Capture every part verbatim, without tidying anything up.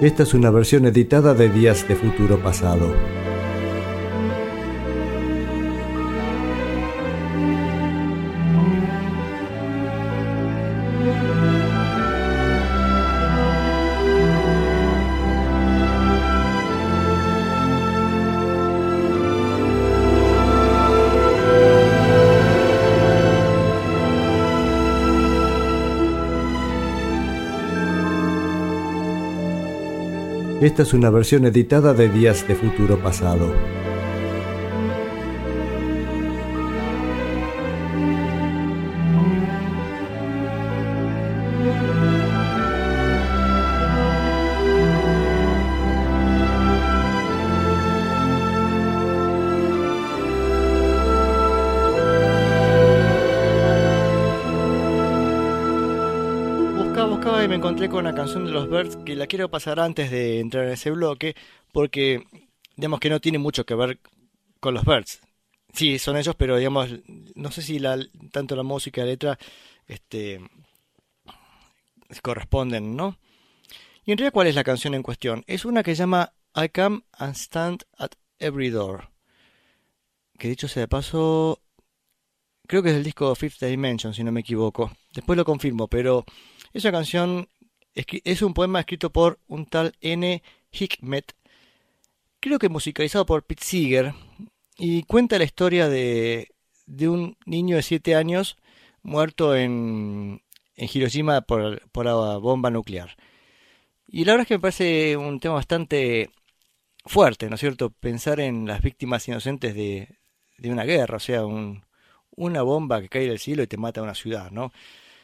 Esta es una versión editada de Días de Futuro Pasado. Esta es una versión editada de Días de Futuro Pasado. Y me encontré con una canción de los Byrds que la quiero pasar antes de entrar en ese bloque porque digamos que no tiene mucho que ver con los Byrds. Sí, son ellos, pero digamos no sé si la, tanto la música y la letra este, corresponden, ¿no? Y en realidad, ¿cuál es la canción en cuestión? Es una que se llama I Come and Stand at Every Door, que dicho sea de paso creo que es del disco Fifth Dimension, si no me equivoco. Después lo confirmo, pero esa canción es un poema escrito por un tal N. Hickmet, creo que musicalizado por Pete Seeger, y cuenta la historia de, de un niño de siete años muerto en, en Hiroshima por, por la bomba nuclear. Y la verdad es que me parece un tema bastante fuerte, ¿no es cierto? Pensar en las víctimas inocentes de, de una guerra, o sea, un, una bomba que cae del cielo y te mata a una ciudad, ¿no?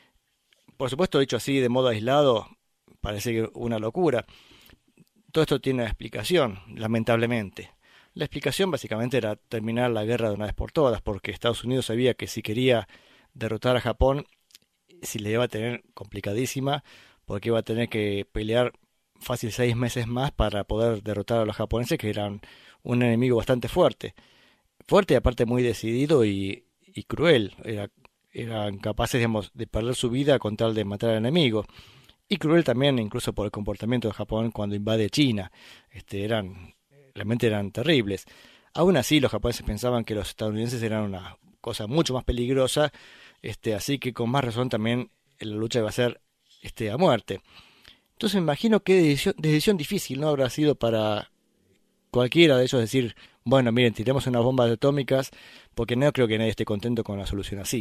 Por supuesto, dicho así de modo aislado, parece que una locura. Todo esto tiene una explicación, lamentablemente. La explicación básicamente era terminar la guerra de una vez por todas, porque Estados Unidos sabía que si quería derrotar a Japón, si le iba a tener complicadísima, porque iba a tener que pelear fácil seis meses más para poder derrotar a los japoneses, que eran un enemigo bastante fuerte. Fuerte y aparte muy decidido y, y cruel. Era eran capaces, digamos, de perder su vida con tal de matar al enemigo. Y cruel también, incluso por el comportamiento de Japón cuando invade China. Este, eran, realmente eran terribles. Aún así, los japoneses pensaban que los estadounidenses eran una cosa mucho más peligrosa, este, así que con más razón también la lucha iba a ser este, a muerte. Entonces me imagino qué decisión, decisión difícil no habrá sido para cualquiera de ellos decir, bueno, miren, tiremos unas bombas atómicas, porque no creo que nadie esté contento con la solución así.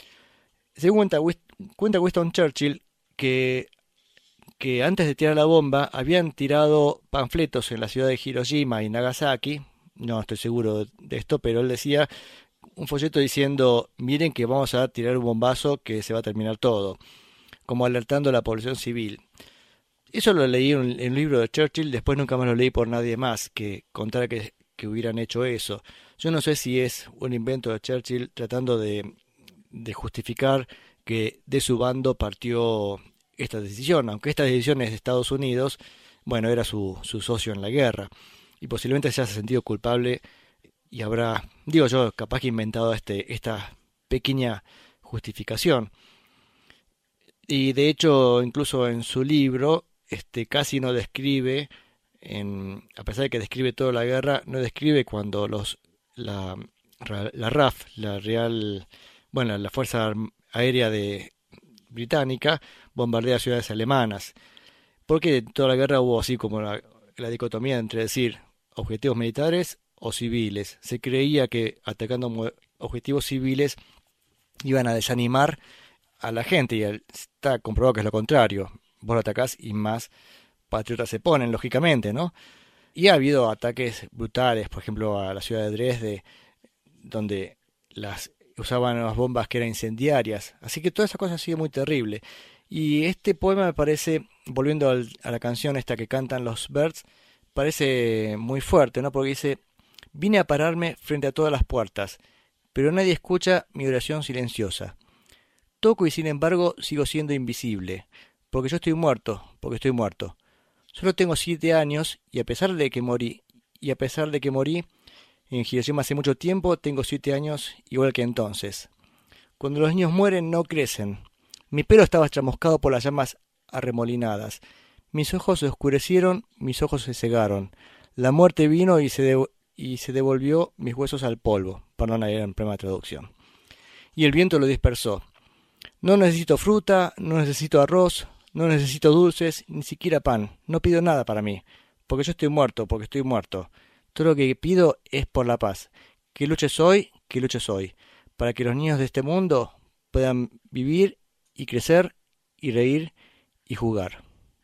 Según cuenta, cuenta Winston Churchill que, que antes de tirar la bomba habían tirado panfletos en la ciudad de Hiroshima y Nagasaki, no estoy seguro de esto, pero él decía un folleto diciendo, miren que vamos a tirar un bombazo que se va a terminar todo, como alertando a la población civil. Eso lo leí en un libro de Churchill, después nunca más lo leí por nadie más que contara que, que hubieran hecho eso. Yo no sé si es un invento de Churchill tratando de, de justificar que de su bando partió esta decisión, aunque esta decisión es de Estados Unidos, bueno, era su, su socio en la guerra, y posiblemente se haya sentido culpable y habrá, digo yo, capaz que inventado este, esta pequeña justificación. Y de hecho, incluso en su libro, este casi no describe, en, a pesar de que describe toda la guerra, no describe cuando los la, la R A F, la Real, bueno, la Fuerza Aérea de británica, bombardea ciudades alemanas. Porque en toda la guerra hubo así como la, la dicotomía entre decir objetivos militares o civiles. Se creía que atacando objetivos civiles iban a desanimar a la gente, y está comprobado que es lo contrario. Vos lo atacás y más patriotas se ponen, lógicamente, ¿no? Y ha habido ataques brutales, por ejemplo, a la ciudad de Dresde, donde las usaban las bombas que eran incendiarias. Así que toda esa cosa ha sido muy terrible. Y este poema me parece, volviendo al, a la canción esta que cantan los Byrds, parece muy fuerte, ¿no? Porque dice, vine a pararme frente a todas las puertas, pero nadie escucha mi oración silenciosa. Toco y sin embargo sigo siendo invisible, porque yo estoy muerto, porque estoy muerto. Solo tengo siete años y a pesar de que morí, y a pesar de que morí en Hiroshima hace mucho tiempo, tengo siete años igual que entonces. Cuando los niños mueren no crecen. Mi pelo estaba chamuscado por las llamas arremolinadas. Mis ojos se oscurecieron, mis ojos se cegaron. La muerte vino y se, de- y se devolvió mis huesos al polvo. Perdón, ahí era en plena traducción. Y el viento lo dispersó. No necesito fruta, no necesito arroz, no necesito dulces, ni siquiera pan. No pido nada para mí, porque yo estoy muerto, porque estoy muerto. Todo lo que pido es por la paz. Que luches hoy, que luches hoy, para que los niños de este mundo puedan vivir y crecer y reír y jugar.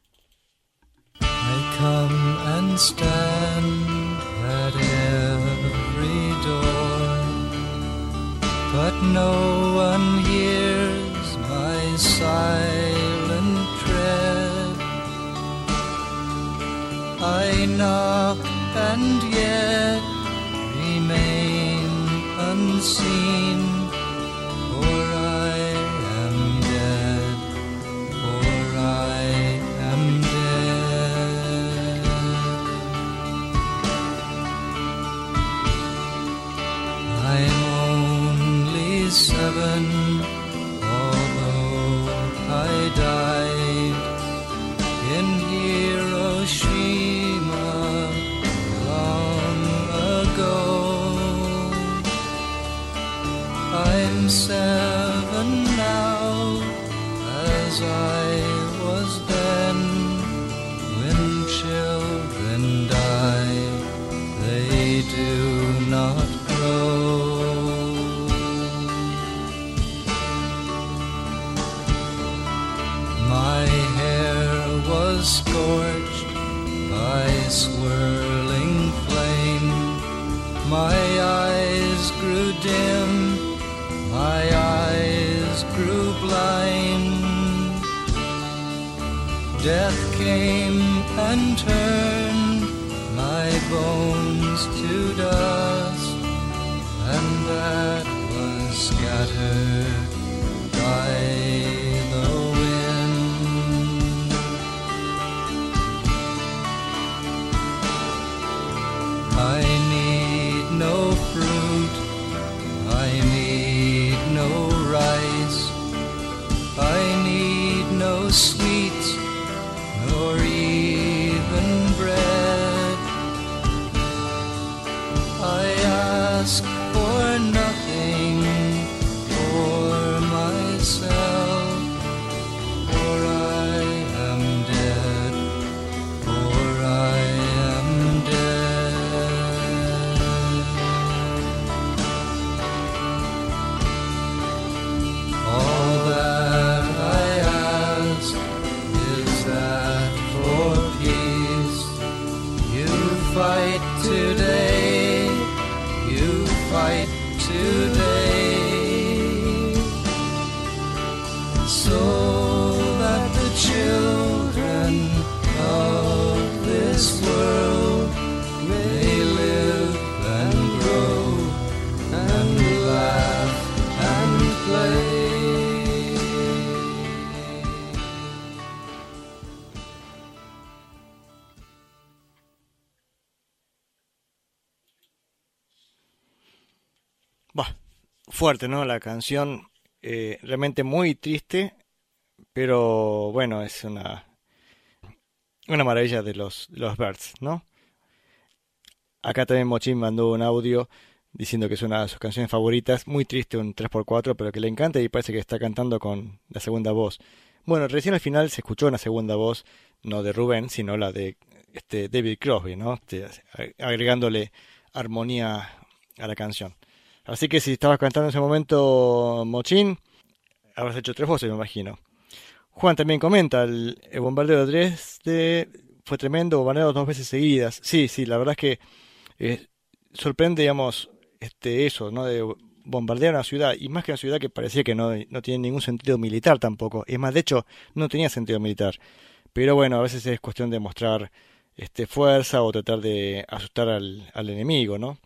I come and stand at every door, but no one hears my silent tread. I knock and yet remain unseen, for I am dead, for I am dead. I'm only seven, although I died in Hiroshima long ago. I'm seven now, as I was then. When children die, they do not grow. My hair was scorched by swirling flame. My eyes grew dim, my eyes grew blind. Death came and turned my bones to dust, and that was scattered by the wind. I need no fruit, I need no rice, I need no sweets, nor even bread. I ask for nothing for myself, for I am dead, for I am dead. All that I ask is that for peace you fight today, you fight today, so that the children of this world may live and grow and laugh and play. Bah, fuerte, ¿no? La canción eh, realmente muy triste, pero bueno, es una, una maravilla de los, de los Birds, ¿no? Acá también Mochín mandó un audio diciendo que es una de sus canciones favoritas, muy triste, un tres por cuatro, pero que le encanta y parece que está cantando con la segunda voz. Bueno, recién al final se escuchó una segunda voz, no de Rubén, sino la de este David Crosby, ¿no? Este, agregándole armonía a la canción. Así que si estabas cantando en ese momento, Mochín, habrás hecho tres voces, me imagino. Juan también comenta, el, el bombardeo de Dresde fue tremendo, bombardeo dos veces seguidas. Sí, sí, la verdad es que eh, sorprende, digamos, este, eso, ¿no? De bombardear una ciudad, y más que una ciudad que parecía que no, no tiene ningún sentido militar tampoco. Es más, de hecho, no tenía sentido militar. Pero bueno, a veces es cuestión de mostrar este, fuerza o tratar de asustar al, al enemigo, ¿no?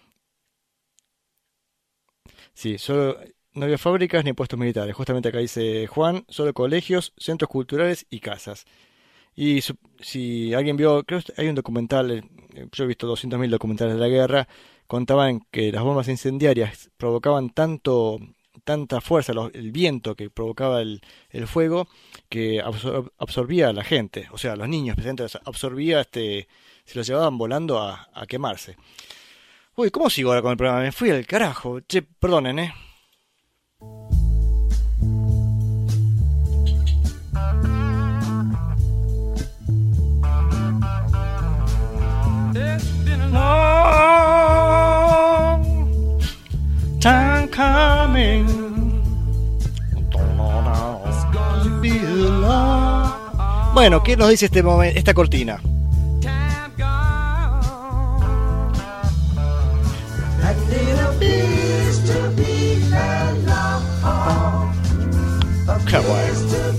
Sí, solo no había fábricas ni puestos militares. Justamente acá dice Juan, solo colegios, centros culturales y casas. Y su- si alguien vio, creo que hay un documental, eh, yo he visto doscientos mil documentales de la guerra, contaban que las bombas incendiarias provocaban tanto, tanta fuerza los, el viento que provocaba el, el fuego que absor, absorbía a la gente, o sea, a los niños presentes, absorbía, este, se los llevaban volando a, a quemarse. Uy, ¿cómo sigo ahora con el programa? Me fui al carajo. Che, perdonen, ¿eh? Time coming. Bueno, ¿qué nos dice este momento, esta cortina? Qué bueno.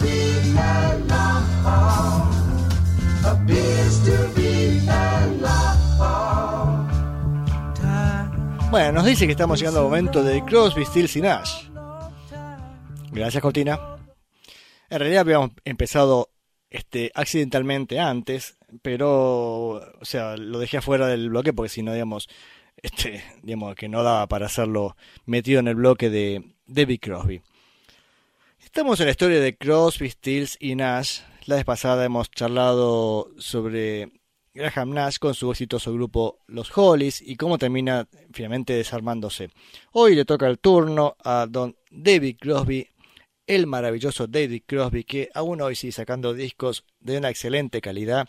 Bueno, nos dice que estamos llegando al momento de Crosby, Stills y Nash. Gracias, cortina. En realidad habíamos empezado este, accidentalmente antes, pero, o sea, lo dejé afuera del bloque porque si no, digamos, este, digamos que no daba para hacerlo metido en el bloque de David Crosby. Estamos en la historia de Crosby, Stills y Nash. La vez pasada hemos charlado sobre Graham Nash con su exitoso grupo Los Hollies y cómo termina finalmente desarmándose. Hoy le toca el turno a don David Crosby, el maravilloso David Crosby, que aún hoy sigue sacando discos de una excelente calidad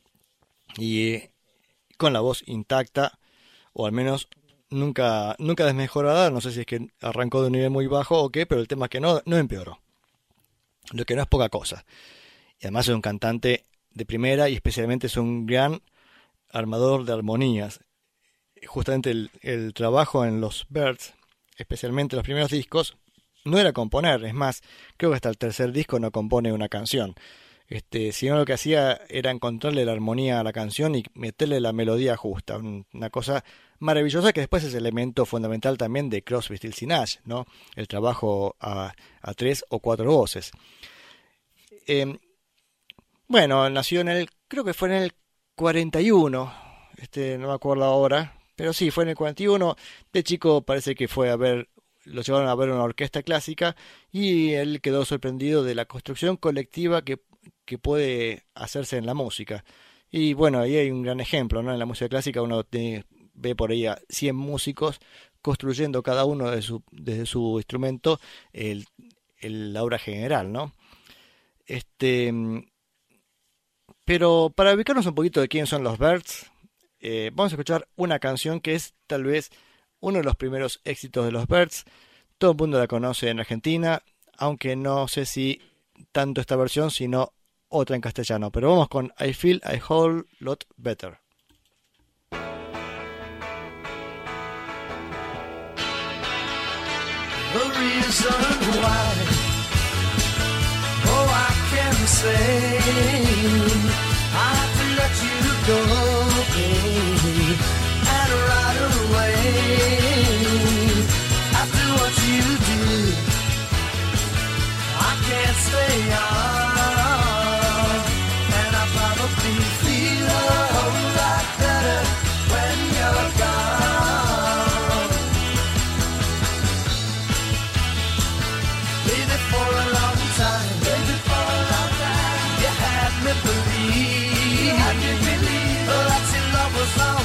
y con la voz intacta, o al menos nunca, nunca desmejorada. No sé si es que arrancó de un nivel muy bajo o qué, pero el tema es que no, no empeoró, lo que no es poca cosa. Y además es un cantante de primera y especialmente es un gran armador de armonías. Justamente el, el trabajo en los Byrds, especialmente los primeros discos, no era componer. Es más, creo que hasta el tercer disco no compone una canción. Este, sino lo que hacía era encontrarle la armonía a la canción y meterle la melodía justa. Una cosa maravillosa que después es elemento fundamental también de Crosby, Stills y Nash, ¿no? El trabajo a, a tres o cuatro voces. Eh, Bueno, nació en el, creo que fue en el cuarenta y uno, este, no me acuerdo ahora, pero sí, fue en el cuarenta y uno. De chico parece que fue a ver, lo llevaron a ver una orquesta clásica y él quedó sorprendido de la construcción colectiva que, que puede hacerse en la música. Y bueno, ahí hay un gran ejemplo, ¿no? En la música clásica uno tiene, ve por ahí a cien músicos construyendo cada uno de su, desde su instrumento el, el, la obra general, ¿no? Este... Pero para ubicarnos un poquito de quién son los Byrds, eh, vamos a escuchar una canción que es tal vez uno de los primeros éxitos de los Byrds. Todo el mundo la conoce en Argentina, aunque no sé si tanto esta versión, sino otra en castellano. Pero vamos con I Feel a Whole Lot Better. The reason why, oh, I can say I have to let you go, baby, and right away. After what you do, I can't stay on, and I probably feel a whole lot better when you're gone. Baby, for a long time, baby, for a long time, you had me believe, you had me believe that your love was all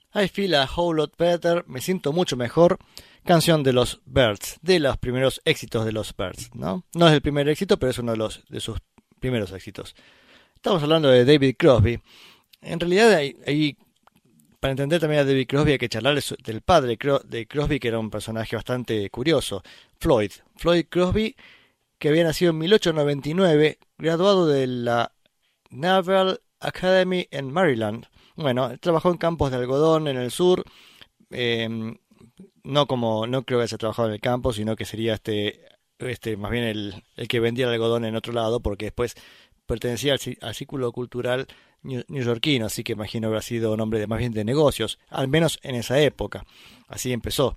I Feel a Whole Lot Better, me siento mucho mejor, canción de los Byrds, de los primeros éxitos de los Byrds, ¿no? No es el primer éxito, pero es uno de, los, de sus primeros éxitos. Estamos hablando de David Crosby. En realidad, hay, hay, para entender también a David Crosby hay que charlar del padre de Crosby, que era un personaje bastante curioso, Floyd. Floyd Crosby, que había nacido en mil ochocientos noventa y nueve, graduado de la Naval Academy en Maryland. Bueno, trabajó en campos de algodón en el sur, eh, no como, no creo que haya trabajado en el campo, sino que sería este, este más bien el, el que vendía el algodón en otro lado, porque después pertenecía al, al círculo cultural neoyorquino, así que imagino habrá sido un hombre de, más bien de negocios, al menos en esa época. Así empezó.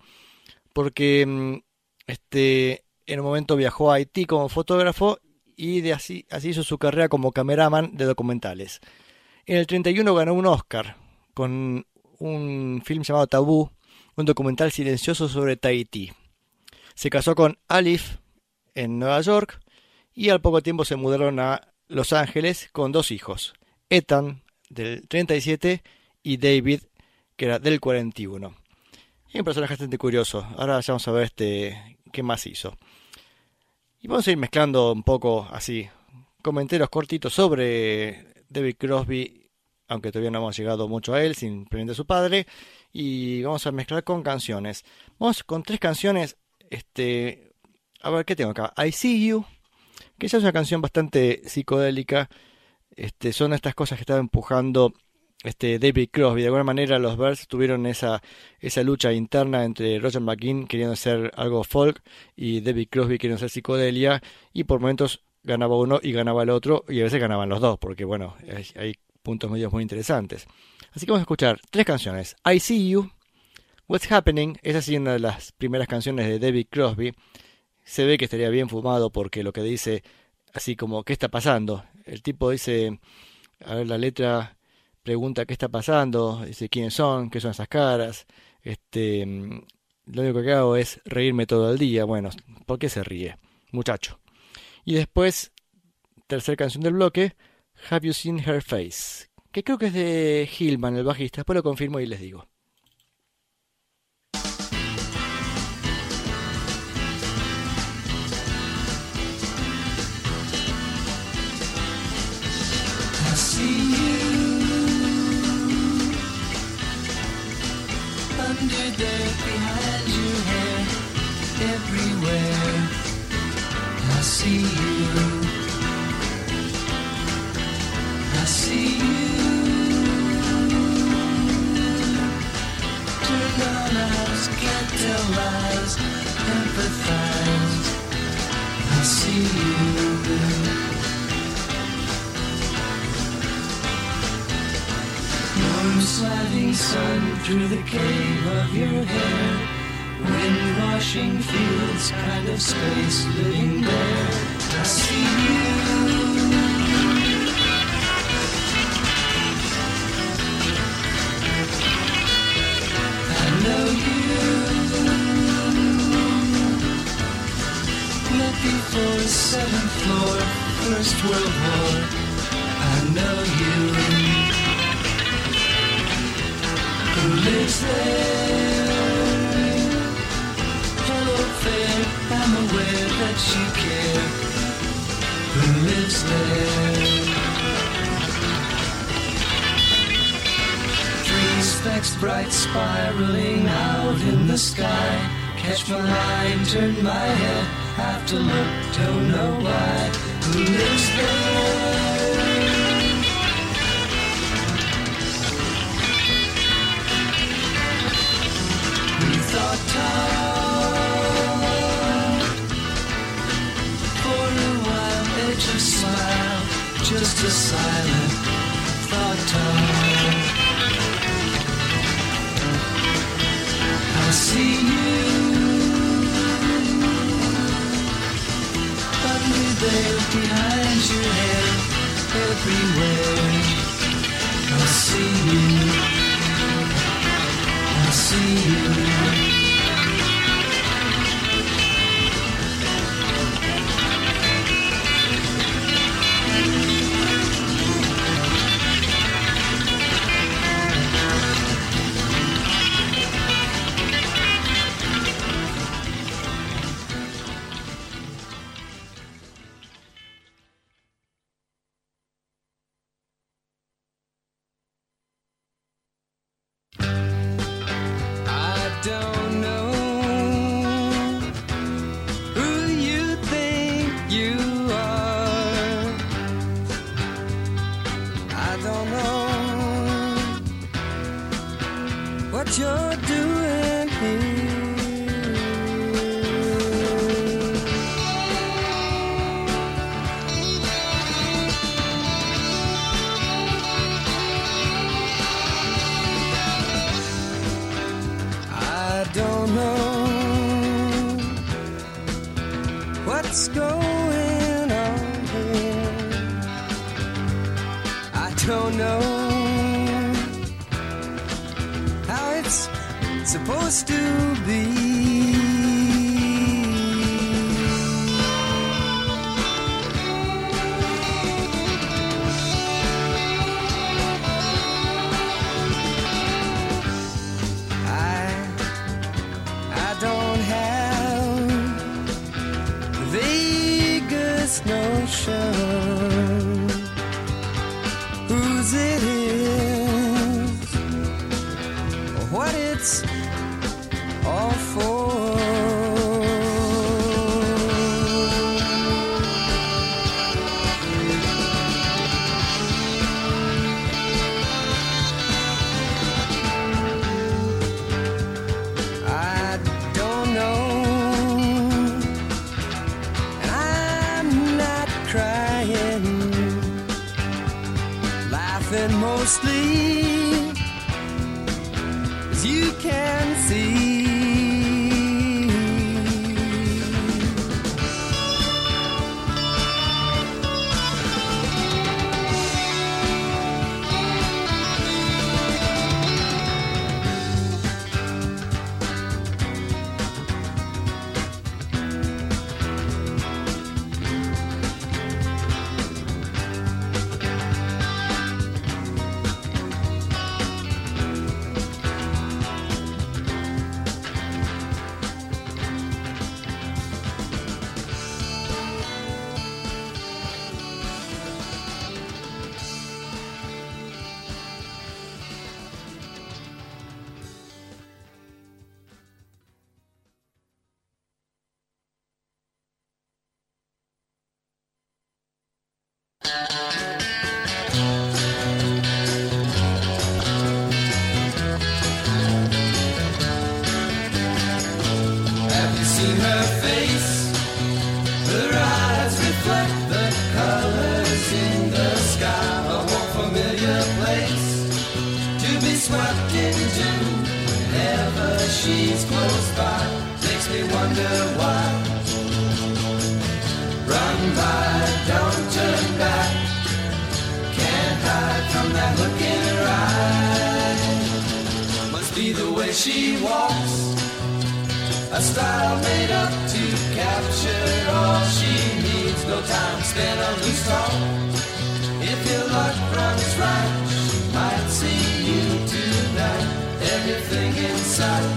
Porque este, en un momento viajó a Haití como fotógrafo y de así, así hizo su carrera como cameraman de documentales. En el treinta y uno ganó un Oscar con un film llamado Tabú, un documental silencioso sobre Tahití. Se casó con Alif en Nueva York y al poco tiempo se mudaron a Los Ángeles con dos hijos, Ethan del treinta y siete y David, que era del cuarenta y uno. Y un personaje bastante curioso. Ahora ya vamos a ver este qué más hizo. Y vamos a ir mezclando un poco así comentarios cortitos sobre David Crosby, aunque todavía no hemos llegado mucho a él, simplemente a su padre, y vamos a mezclar con canciones. Vamos con tres canciones, este, a ver, ¿qué tengo acá? I See You, que ya es una canción bastante psicodélica, este, son estas cosas que estaba empujando este David Crosby. De alguna manera los Byrds tuvieron esa, esa lucha interna entre Roger McGuinn queriendo hacer algo folk y David Crosby queriendo hacer psicodelia, y por momentos ganaba uno y ganaba el otro, y a veces ganaban los dos, porque bueno, hay, hay puntos medios muy interesantes. Así que vamos a escuchar tres canciones. I See You, What's Happening, esa sí es una de las primeras canciones de David Crosby. Se ve que estaría bien fumado porque lo que dice, así como, ¿qué está pasando? El tipo dice, a ver, la letra pregunta qué está pasando, dice quiénes son, qué son esas caras, este, lo único que hago es reírme todo el día. Bueno, ¿por qué se ríe, muchacho? Y después, tercera canción del bloque, Have You Seen Her Face, que creo que es de Hillman, el bajista. Después lo confirmo y les digo. I see you under there, behind your hair, everywhere. I see you, I see you. Turn on eyes, can't tell lies, empathize. I see you. Warm sliding sun through the cave of your hair, wind washing fields, kind of space living there. I see you. I know you. Met before seventh floor, First World War. I know you. Who lives there? Hello fair, I'm aware that you care. Who lives there? Three specks bright spiraling out in the sky. Catch my line, turn my head, have to look, don't know why. Who lives there? Thought tall for a while, edge of smile, just a silent thought tall. I see you under there, behind your head, everywhere. I see you, I see you. don't know who you think you are. I don't know what you're doing here. Don't know what's going on here. I don't know how it's supposed to be. Notion whose it is, or what it's all for. I don't know. Crying, laughing mostly, as you can see. She's close by, makes me wonder why. Run by, don't turn back. Can't hide from that look in her eye. Must be the way she walks, a style made up to capture all she needs. No time spent on loose talk. If your luck runs right, she might see you tonight. Everything in sight.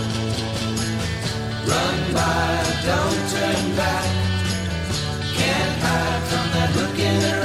Run by, don't turn back. Can't hide from that look in her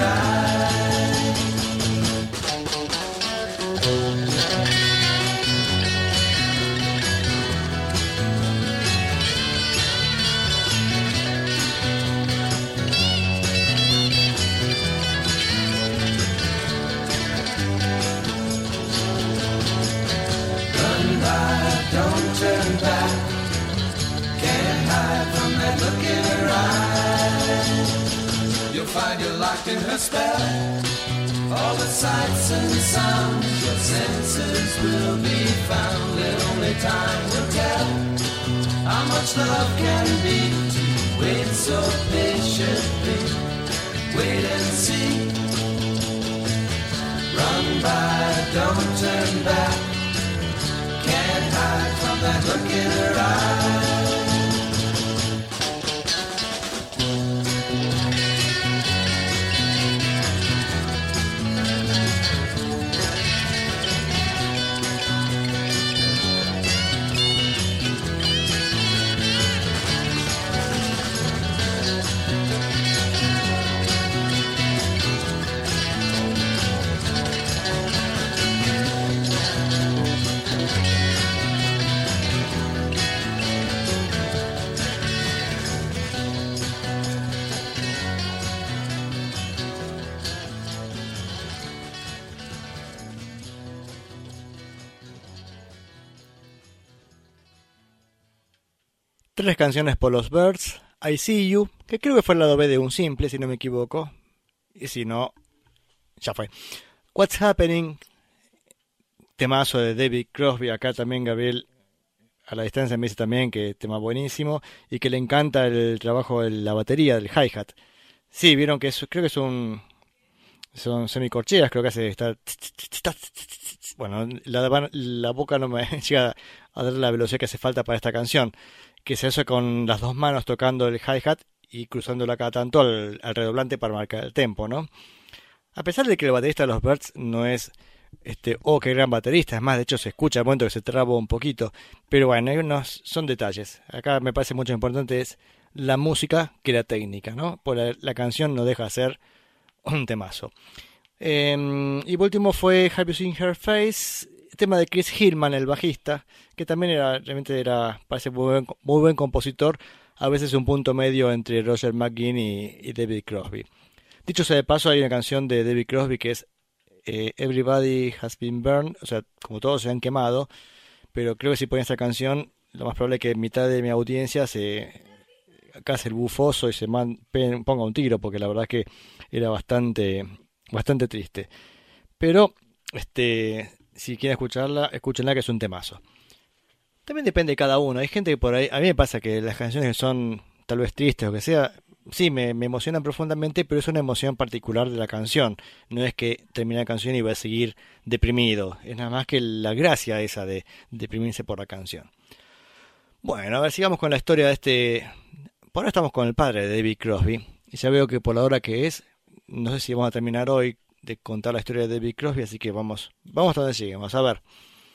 Don't turn back. Can't hide from that look in her eye. You'll find you're locked in her spell. All the sights and sounds, your senses will be found, and only time will tell how much love can be. To wait so patiently, wait and see. Run by, don't turn back. Can't hide from that look in her eye. Tres canciones por los Birds, I See You, que creo que fue el lado B de un simple, si no me equivoco. Y si no, ya fue. What's Happening, temazo de David Crosby. Acá también Gabriel a la distancia me dice también que tema buenísimo y que le encanta el trabajo de la batería, del hi-hat. Sí, vieron que es, creo que es un... son semicorcheas, creo que hace... Está, bueno, la, la boca no me llega a dar la velocidad que hace falta para esta canción, que se hace con las dos manos tocando el hi-hat y cruzándola cada tanto al, al redoblante para marcar el tempo, ¿no? A pesar de que el baterista de los Birds no es... Este, oh, qué gran baterista, es más, de hecho se escucha al momento que se traba un poquito, pero bueno, hay unos, son detalles. Acá me parece mucho importante es la música que la técnica, ¿no? Por la, la canción no deja de ser un temazo. Eh, y por último fue Have You Seen Her Face, tema de Chris Hillman, el bajista, que también era, realmente era, parece muy buen, muy buen compositor, a veces un punto medio entre Roger McGuinn y, y David Crosby. Dicho sea de paso, hay una canción de David Crosby que es Eh, Everybody Has Been Burned, o sea, como todos se han quemado, pero creo que si ponen esta canción, lo más probable es que mitad de mi audiencia se case el bufoso y se man, pen, ponga un tiro, porque la verdad es que era bastante, bastante triste. Pero, este, si quieren escucharla, escúchenla, que es un temazo. También depende de cada uno. Hay gente que por ahí, a mí me pasa que las canciones que son tal vez tristes o que sea, sí, me, me emocionan profundamente, pero es una emoción particular de la canción. No es que termine la canción y voy a seguir deprimido. Es nada más que la gracia esa de deprimirse por la canción. Bueno, a ver, sigamos con la historia de este... Por ahora estamos con el padre de David Crosby. Y ya veo que por la hora que es, no sé si vamos a terminar hoy de contar la historia de David Crosby, así que vamos, vamos a donde sigamos. A ver.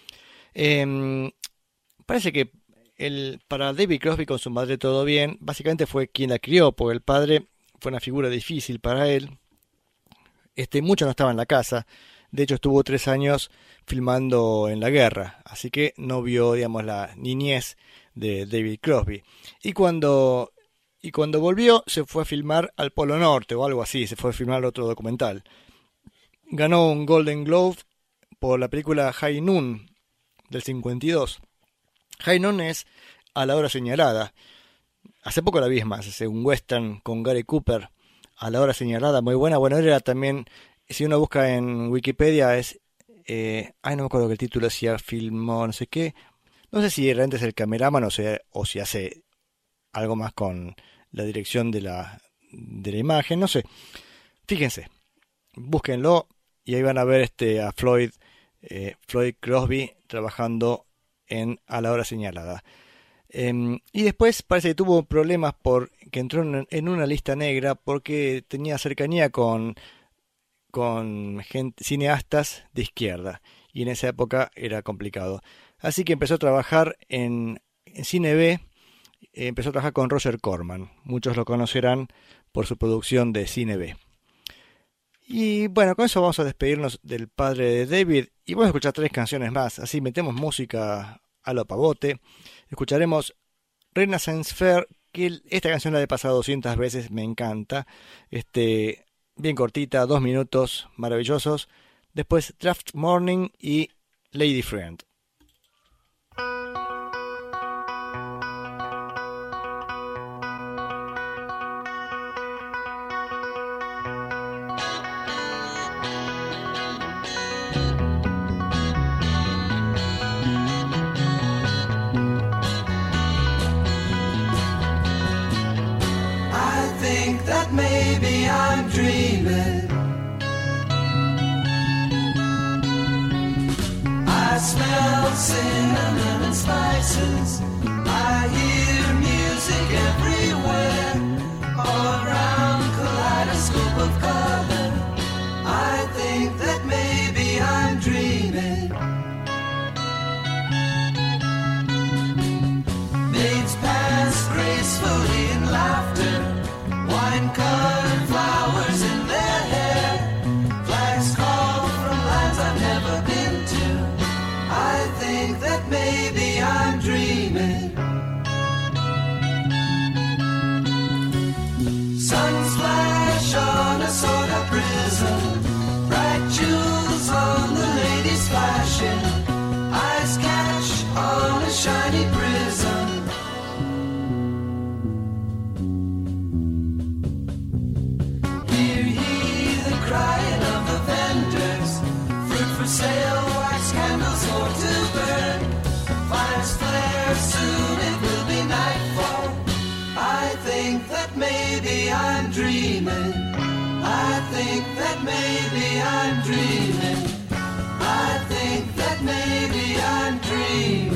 Eh, parece que El, para David Crosby con su madre todo bien, básicamente fue quien la crió, porque el padre fue una figura difícil para él. Este, mucho no estaba en la casa, de hecho estuvo tres años filmando en la guerra, así que no vio, digamos, la niñez de David Crosby. Y cuando, y cuando volvió se fue a filmar al Polo Norte o algo así, se fue a filmar otro documental. Ganó un Golden Globe por la película High Noon del cincuenta y dos. High Noon es A la hora señalada. Hace poco la vi, es más, es un western con Gary Cooper, A la hora señalada, muy buena. Bueno, era también, si uno busca en Wikipedia, es... Eh, ay, no me acuerdo que el título decía filmó, no sé qué. No sé si realmente es el cameraman o, sea, o si hace algo más con la dirección de la, de la imagen, no sé. Fíjense, búsquenlo y ahí van a ver este a Floyd, eh, Floyd Crosby trabajando en A la hora señalada. Eh, y después parece que tuvo problemas porque entró en, en una lista negra porque tenía cercanía con, con gente, cineastas de izquierda. Y en esa época era complicado. Así que empezó a trabajar en, en Cine B. Eh, empezó a trabajar con Roger Corman. Muchos lo conocerán por su producción de Cine B. Y bueno, con eso vamos a despedirnos del padre de David. Y vamos a escuchar tres canciones más. Así metemos música a lo pavote. Escucharemos Renaissance Fair, que esta canción la he pasado doscientas veces, me encanta. Este, bien cortita, dos minutos, maravillosos. Después Draft Morning y Lady Friend. Maybe I'm dreaming. I smell cinnamon and spices. I hear music everywhere. All around, kaleidoscope of color. I think that maybe I'm dreaming. Maids pass gracefully in laughter. Wine-colored flowers in their hair. Flags call from lands I've never been to. I think that maybe I'm dreaming. Sun splash on a soda prism. Bright jewels on the ladies flashing. Eyes catch on a shiny prism. feeling. I think that maybe I'm dreaming. I think that maybe I'm dreaming.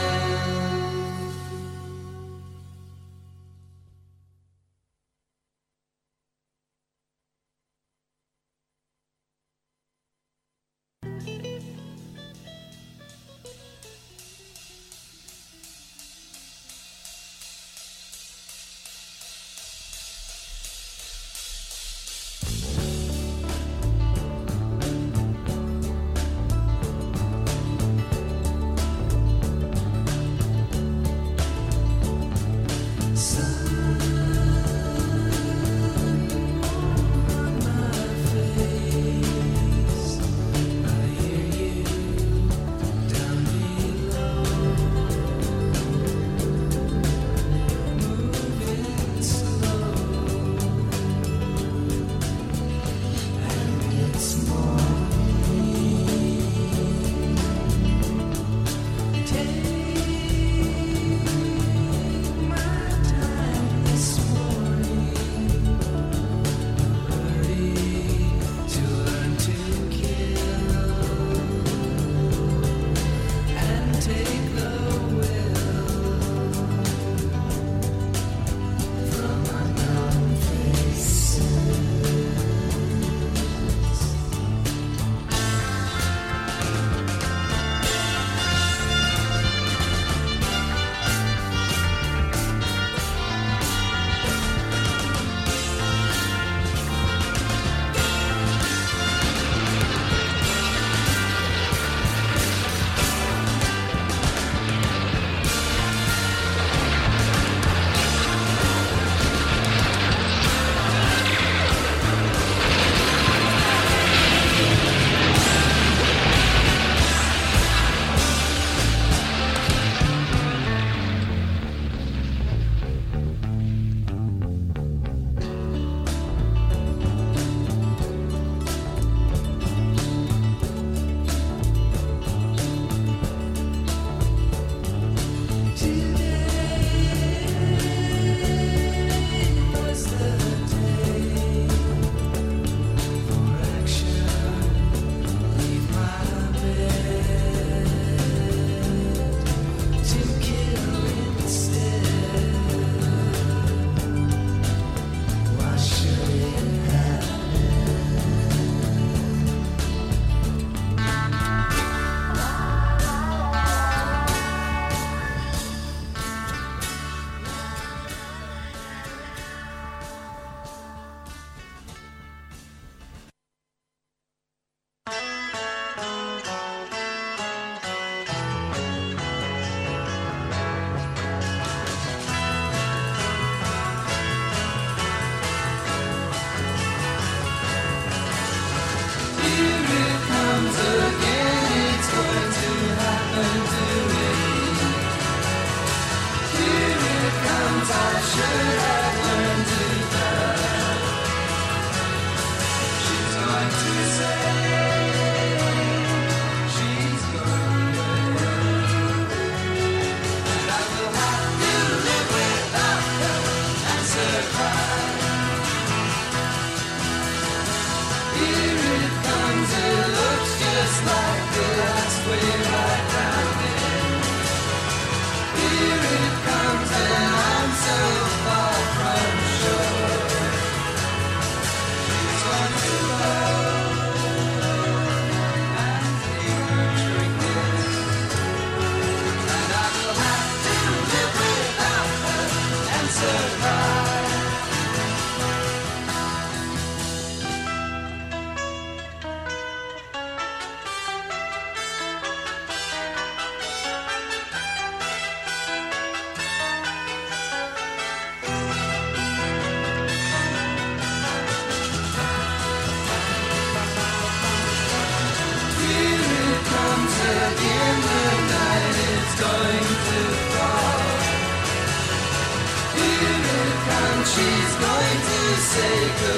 She's going to say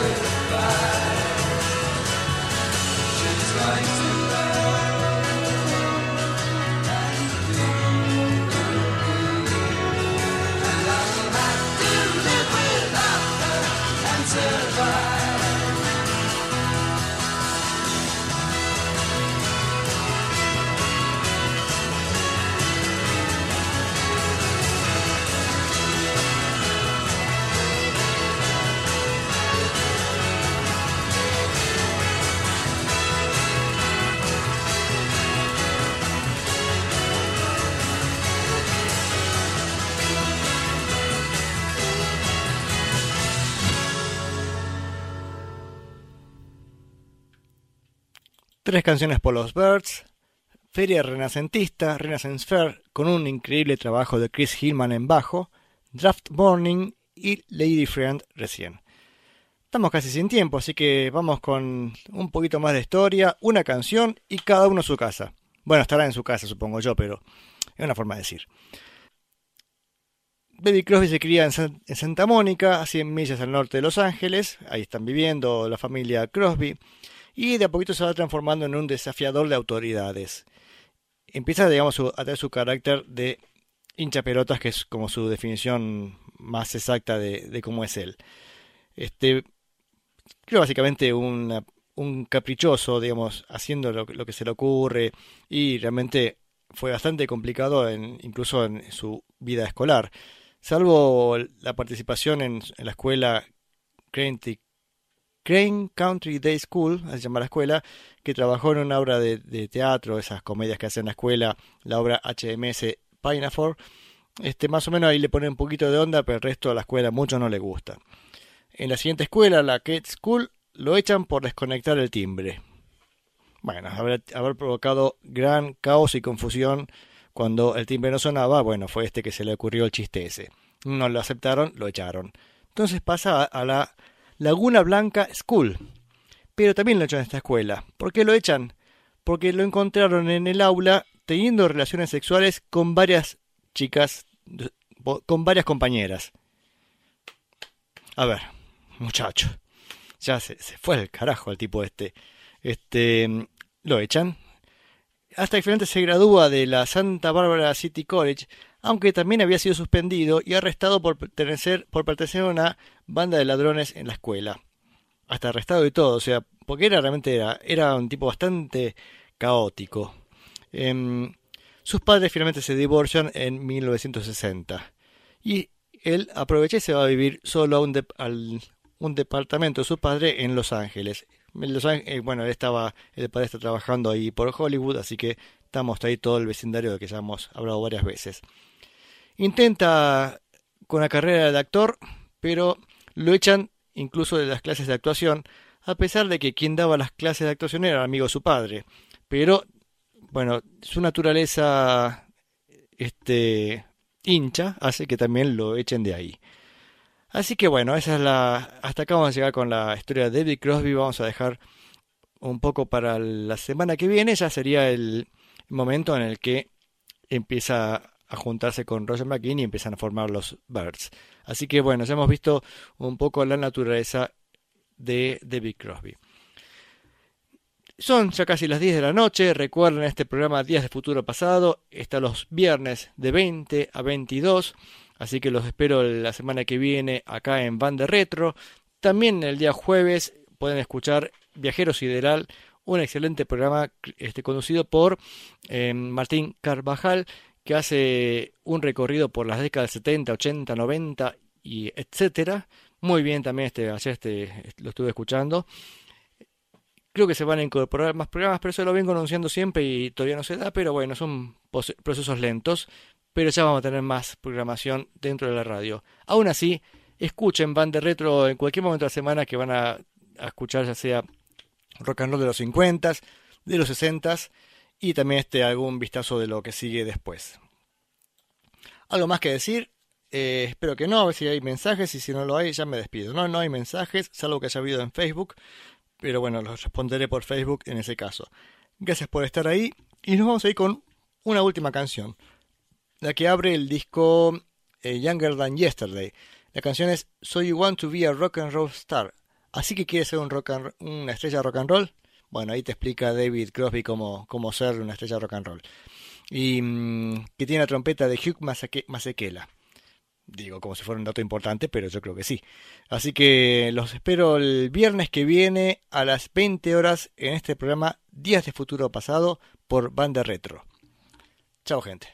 goodbye. She's going to go and I will have to live without her and survive. Tres canciones por los Byrds, Feria Renacentista, Renaissance Fair, con un increíble trabajo de Chris Hillman en bajo, Draft Morning y Lady Friend recién. Estamos casi sin tiempo, así que vamos con un poquito más de historia, una canción y cada uno a su casa. Bueno, estará en su casa, supongo yo, pero es una forma de decir. David Crosby se cría en, San, en Santa Mónica, a cien millas al norte de Los Ángeles. Ahí están viviendo la familia Crosby. Y de a poquito se va transformando en un desafiador de autoridades. Empieza, digamos, a tener su carácter de hincha pelotas, que es como su definición más exacta de, de cómo es él. Este, creo básicamente una, un caprichoso, digamos, haciendo lo, lo que se le ocurre, y realmente fue bastante complicado en, incluso en su vida escolar. Salvo la participación en, en la escuela Crane, Crane Country Day School, así se llama la escuela, que trabajó en una obra de, de teatro, esas comedias que hacen en la escuela, la obra H M S Pinafore. Este, más o menos ahí le pone un poquito de onda, pero el resto de la escuela mucho no le gusta. En la siguiente escuela, la Kate School, lo echan por desconectar el timbre. Bueno, haber, haber provocado gran caos y confusión cuando el timbre no sonaba. Bueno, fue este que se le ocurrió el chiste ese. No lo aceptaron, lo echaron. Entonces pasa a, a la Laguna Blanca School. Pero también lo echan en esta escuela. ¿Por qué lo echan? Porque lo encontraron en el aula teniendo relaciones sexuales con varias chicas, con varias compañeras. A ver, muchacho, ya se, se fue el carajo el tipo este. Este, lo echan. Hasta que finalmente se gradúa de la Santa Barbara City College, aunque también había sido suspendido y arrestado por pertenecer, por pertenecer a una banda de ladrones en la escuela. Hasta arrestado y todo, o sea, porque era realmente era, era un tipo bastante caótico. Eh, sus padres finalmente se divorcian en mil novecientos sesenta y él aprovecha y se va a vivir solo a un, de, al, un departamento de su padre en Los Ángeles. En Los Ángeles, bueno, él estaba, el padre está trabajando ahí por Hollywood, así que estamos ahí todo el vecindario de que ya hemos hablado varias veces. Intenta con la carrera de actor, pero lo echan incluso de las clases de actuación, a pesar de que quien daba las clases de actuación era amigo de su padre. Pero, bueno, su naturaleza este, hincha hace que también lo echen de ahí. Así que bueno, esa es la. Hasta acá vamos a llegar con la historia de David Crosby. Vamos a dejar un poco para la semana que viene. Ya sería el momento en el que empieza a juntarse con Roger McGuinn y empiezan a formar los Byrds. Así que bueno, ya hemos visto un poco la naturaleza de David Crosby. Son ya casi las diez de la noche. Recuerden este programa Días de Futuro Pasado. Está los viernes de veinte a veintidós. Así que los espero la semana que viene acá en Banda Retro. También el día jueves pueden escuchar Viajero Sideral, un excelente programa este, conducido por eh, Martín Carvajal, que hace un recorrido por las décadas setenta, ochenta, noventa y etcétera. Muy bien también, este, ayer este, lo estuve escuchando. Creo que se van a incorporar más programas, pero eso lo vengo anunciando siempre y todavía no se da, pero bueno, son procesos lentos. Pero ya vamos a tener más programación dentro de la radio. Aún así, escuchen Banda Retro en cualquier momento de la semana, que van a, a escuchar ya sea rock and roll de los cincuenta, de los sesenta y también este, algún vistazo de lo que sigue después. ¿Algo más que decir? Eh, espero que no, a ver si hay mensajes, y si no lo hay ya me despido. No, no hay mensajes, salvo que haya habido en Facebook, pero bueno, los responderé por Facebook en ese caso. Gracias por estar ahí y nos vamos a ir con una última canción, la que abre el disco eh, Younger Than Yesterday. La canción es So You Want to Be a Rock and Roll Star. ¿Así que quieres ser un rock and, una estrella de rock and roll? Bueno, ahí te explica David Crosby cómo, cómo ser una estrella de rock and roll. Y mmm, que tiene la trompeta de Hugh Masekela. Digo, como si fuera un dato importante, pero yo creo que sí. Así que los espero el viernes que viene a las veinte horas en este programa Días de Futuro Pasado por Banda Retro. Chao, gente.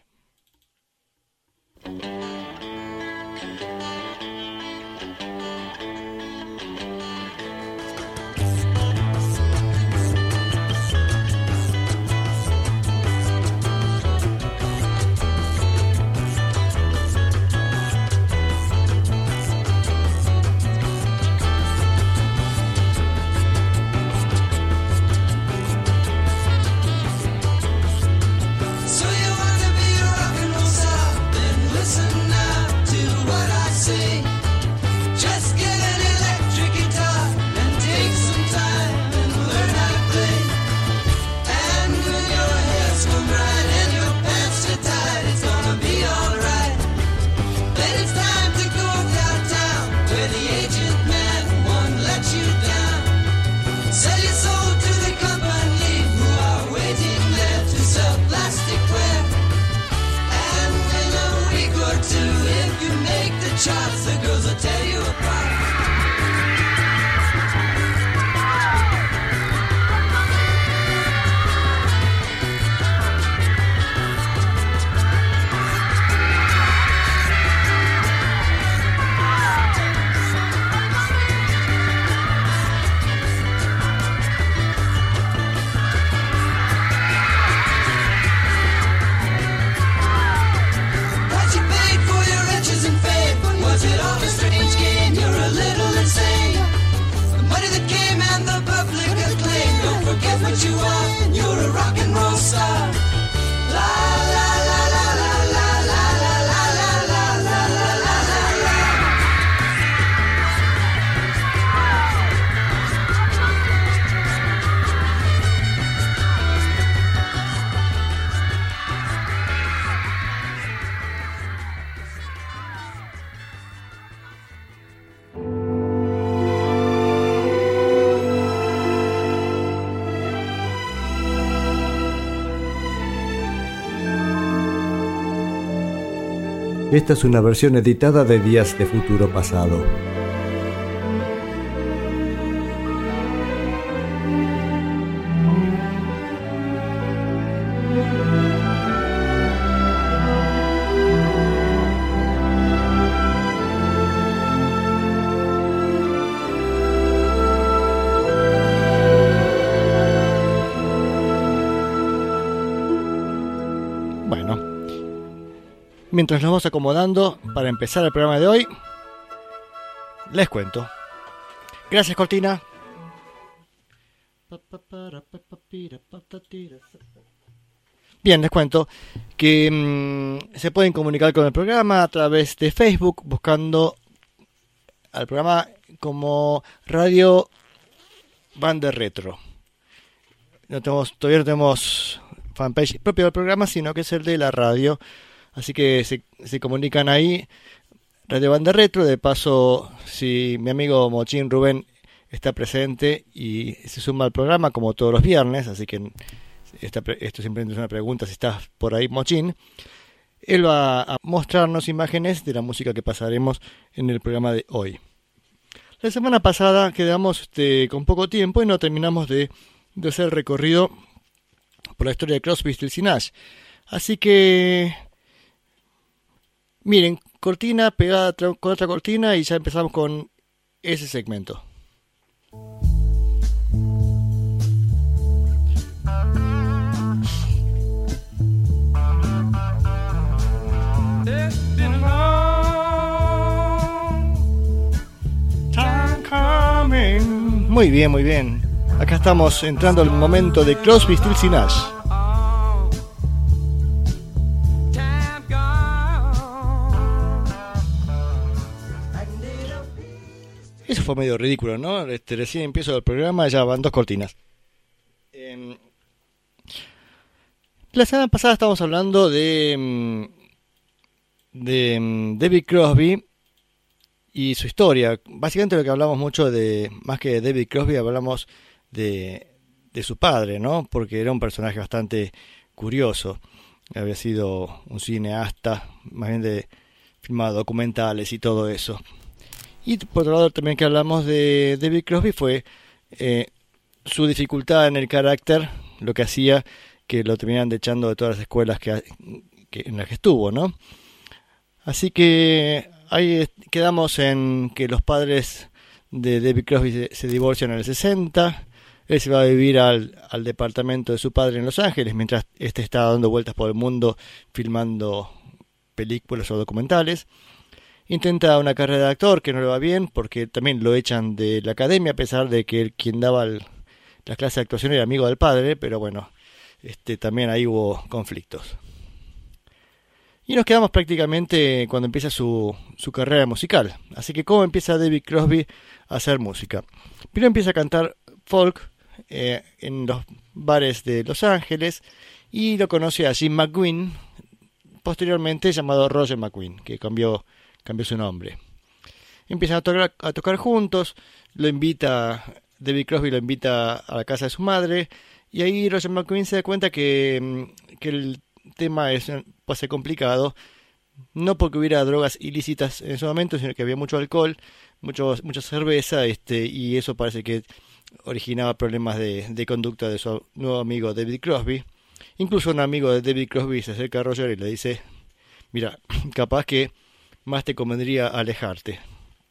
Esta es una versión editada de Días de Futuro Pasado. Mientras nos vamos acomodando para empezar el programa de hoy, les cuento. Gracias, Cortina. Bien, les cuento que mmm, se pueden comunicar con el programa a través de Facebook, buscando al programa como Radio Banda Retro. No tenemos, todavía no tenemos fanpage propio del programa, sino que es el de la radio. Así que se, se comunican ahí, Radio Banda Retro. De paso, si mi amigo Mochín Rubén está presente y se suma al programa como todos los viernes, así que esta, esto simplemente es una pregunta, si estás por ahí, Mochín, él va a mostrarnos imágenes de la música que pasaremos en el programa de hoy. La semana pasada quedamos este, con poco tiempo y no terminamos de, de hacer el recorrido por la historia de Crosby, Stills y Nash. Así que miren, cortina pegada con otra cortina y ya empezamos con ese segmento. Muy bien, muy bien. Acá estamos entrando al momento de Crosby, Stills y Nash. Eso fue medio ridículo, ¿no? Este, recién empiezo el programa, ya van dos cortinas. Eh, la semana pasada estábamos hablando de, de David Crosby y su historia. Básicamente lo que hablamos mucho de, más que de David Crosby, hablamos de, de su padre, ¿no? Porque era un personaje bastante curioso. Había sido un cineasta, más bien de filmado documentales y todo eso. Y por otro lado también que hablamos de David Crosby fue eh, su dificultad en el carácter, lo que hacía que lo terminaran echando de todas las escuelas que, que, en las que estuvo, ¿no? Así que ahí quedamos en que los padres de David Crosby se, se divorcian en el sesenta. Él se va a vivir al, al departamento de su padre en Los Ángeles, mientras este está dando vueltas por el mundo filmando películas o documentales. Intenta una carrera de actor que no le va bien porque también lo echan de la academia, a pesar de que el, quien daba el, las clases de actuación era amigo del padre, pero bueno, este, también ahí hubo conflictos. Y nos quedamos prácticamente cuando empieza su, su carrera musical. Así que ¿cómo empieza David Crosby a hacer música? Primero empieza a cantar folk eh, en los bares de Los Ángeles y lo conoce a Jim McQueen, posteriormente llamado Roger McQueen, que cambió cambió su nombre. Empiezan a tocar, a tocar juntos, lo invita, David Crosby lo invita a la casa de su madre, y ahí Roger McQueen se da cuenta que, que el tema es, puede ser complicado, no porque hubiera drogas ilícitas en ese momento, sino que había mucho alcohol, mucho, mucha cerveza, este, y eso parece que originaba problemas de, de conducta de su nuevo amigo David Crosby. Incluso un amigo de David Crosby se acerca a Roger y le dice: mira, capaz que más te convendría alejarte.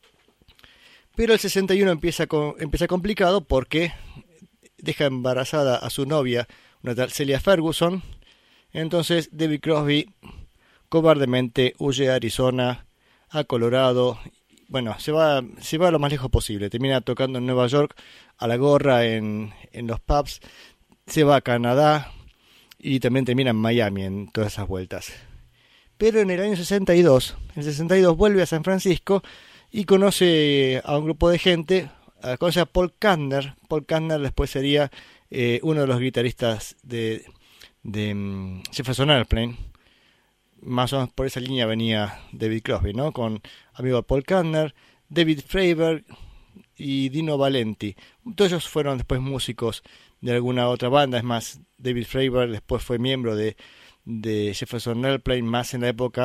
Pero el sesenta y uno empieza, con, empieza complicado porque deja embarazada a su novia, una tal Celia Ferguson. Entonces David Crosby cobardemente huye a Arizona, a Colorado. Bueno, se va, se va lo más lejos posible. Termina tocando en Nueva York a la gorra en, en los pubs. Se va a Canadá y también termina en Miami en todas esas vueltas. Pero en el año sesenta y dos, en el sesenta y dos vuelve a San Francisco y conoce a un grupo de gente, conoce a Paul Kantner. Paul Kantner después sería eh, uno de los guitarristas de, de um, Jefferson Airplane. Más o menos por esa línea venía David Crosby, ¿no? Con amigo Paul Kantner, David Freiberg y Dino Valenti. Todos ellos fueron después músicos de alguna otra banda. Es más, David Freiberg después fue miembro de de Jefferson Airplane, más en la época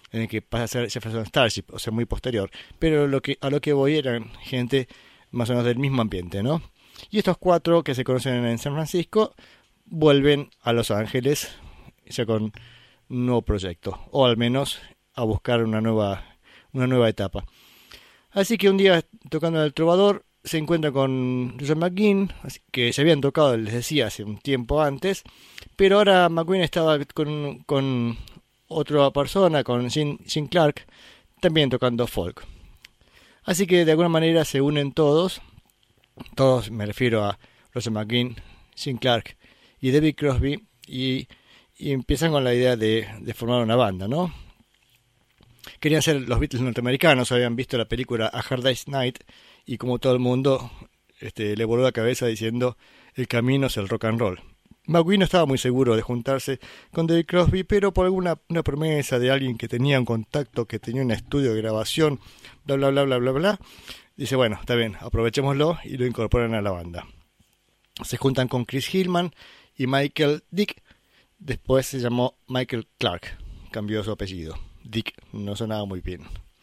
en el que pasa a ser Jefferson Starship, o sea, muy posterior. Pero lo que, a lo que voy eran gente más o menos del mismo ambiente, ¿no? Y estos cuatro que se conocen en San Francisco vuelven a Los Ángeles ya con un nuevo proyecto, o al menos a buscar una nueva, una nueva etapa. Así que un día, tocando en El Trovador, se encuentra con Roger McGuinn, que se habían tocado, les decía, hace un tiempo antes, pero ahora McGuinn estaba con, con otra persona, con Gene, Gene Clark, también tocando folk. Así que de alguna manera se unen todos, todos me refiero a Roger McGuinn, Gene Clark y David Crosby, y, y empiezan con la idea de, de formar una banda, ¿no? Querían ser los Beatles norteamericanos, habían visto la película A Hard Day's Night, y como todo el mundo este, le voló la cabeza diciendo el camino es el rock and roll. McGuinn no estaba muy seguro de juntarse con David Crosby, pero por alguna una promesa de alguien que tenía un contacto, que tenía un estudio de grabación, bla bla bla bla bla bla, dice bueno, está bien, aprovechémoslo, y lo incorporan a la banda. Se juntan con Chris Hillman y Michael Dick, después se llamó Michael Clark, cambió su apellido. Dick no sonaba muy bien.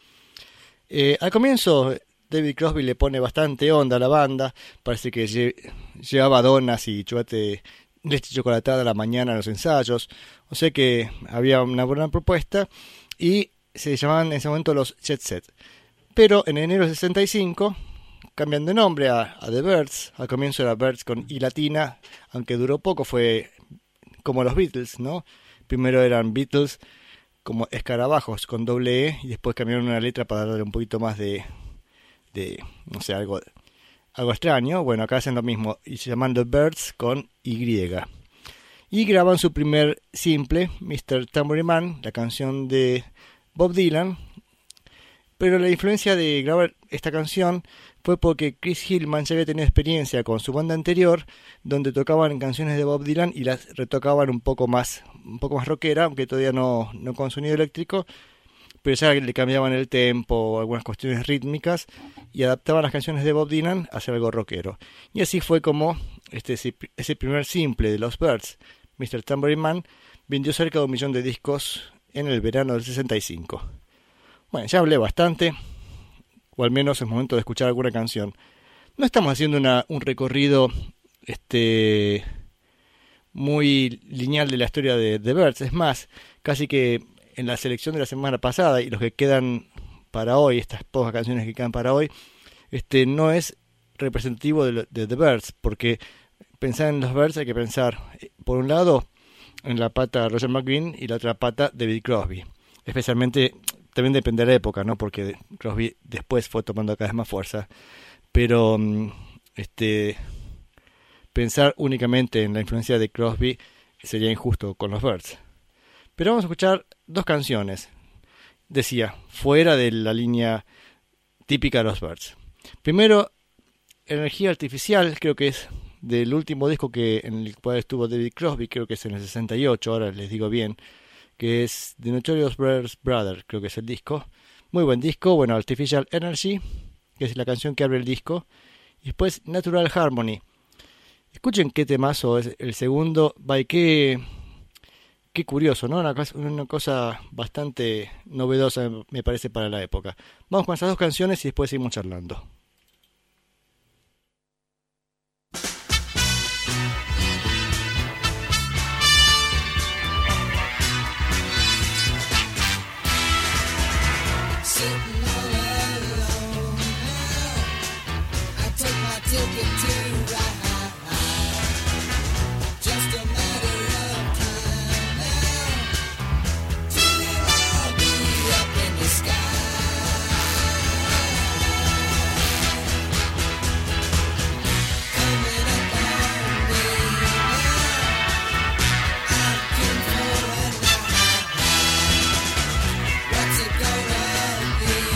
Eh, al comienzo David Crosby le pone bastante onda a la banda, parece que lle- llevaba donas y chocolate, leche chocolatada a la mañana a los ensayos, o sea que había una buena propuesta, y se llamaban en ese momento los Jet Set. Pero en enero de sesenta y cinco cambian de nombre a, a The Byrds. Al comienzo era Byrds con I latina, aunque duró poco, fue como los Beatles, ¿no? Primero eran Beatles como escarabajos con doble E, y después cambiaron una letra para darle un poquito más de, de no sé, algo, algo extraño. Bueno, acá hacen lo mismo, y se llaman The Byrds con Y. Y graban su primer simple, mister Tambourine Man, la canción de Bob Dylan. Pero la influencia de grabar esta canción fue porque Chris Hillman ya había tenido experiencia con su banda anterior, donde tocaban canciones de Bob Dylan y las retocaban un poco más, un poco más rockera, aunque todavía no, no con sonido eléctrico, pero ya le cambiaban el tempo, algunas cuestiones rítmicas, y adaptaban las canciones de Bob Dylan a hacer algo rockero. Y así fue como este, ese primer simple de los Byrds, mister Tambourine Man, vendió cerca de un millón de discos en el verano del sesenta y cinco. Bueno, ya hablé bastante, o al menos es momento de escuchar alguna canción. No estamos haciendo una, un recorrido este, muy lineal de la historia de The Byrds, es más, casi que en la selección de la semana pasada y los que quedan para hoy, estas pocas canciones que quedan para hoy, este, no es representativo de, de The Byrds, porque pensar en los Byrds hay que pensar, por un lado, en la pata Roger McGuinn y la otra pata David Crosby, especialmente. También depende de la época, ¿no? Porque Crosby después fue tomando cada vez más fuerza. Pero este, pensar únicamente en la influencia de Crosby sería injusto con los Byrds. Pero vamos a escuchar dos canciones. Decía, fuera de la línea típica de los Byrds. Primero, Energía Artificial, creo que es del último disco que en el cual estuvo David Crosby, creo que es en el sesenta y ocho, ahora les digo bien, que es The Notorious Blues Brothers, creo que es el disco. Muy buen disco. Bueno, Artificial Energy, que es la canción que abre el disco. Y después Natural Harmony. Escuchen qué temazo es el segundo. By, qué, qué curioso, ¿no? Una cosa, una cosa bastante novedosa, me parece, para la época. Vamos con esas dos canciones y después seguimos charlando. What's it gonna be?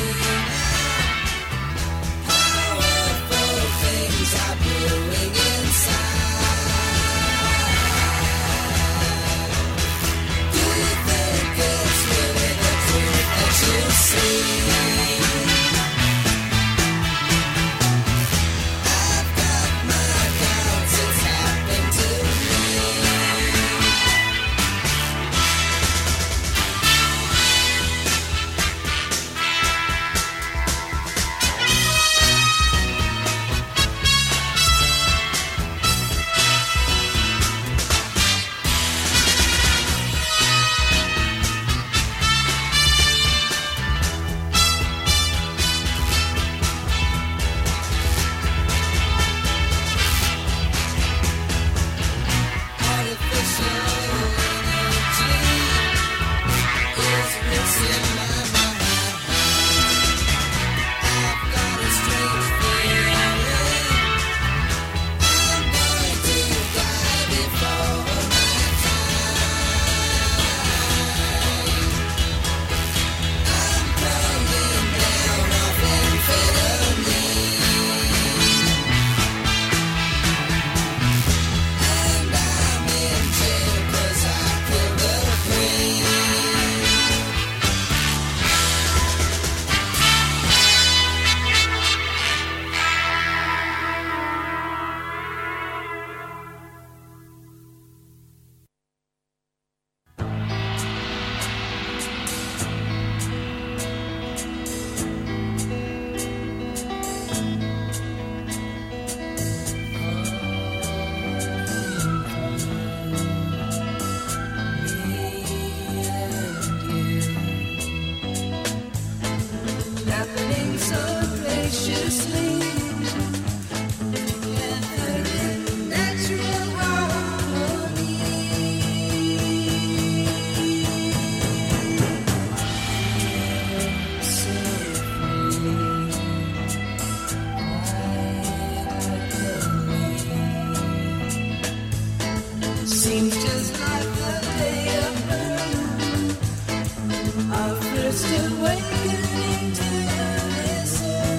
Seems just like the day of birth, our first awakening to this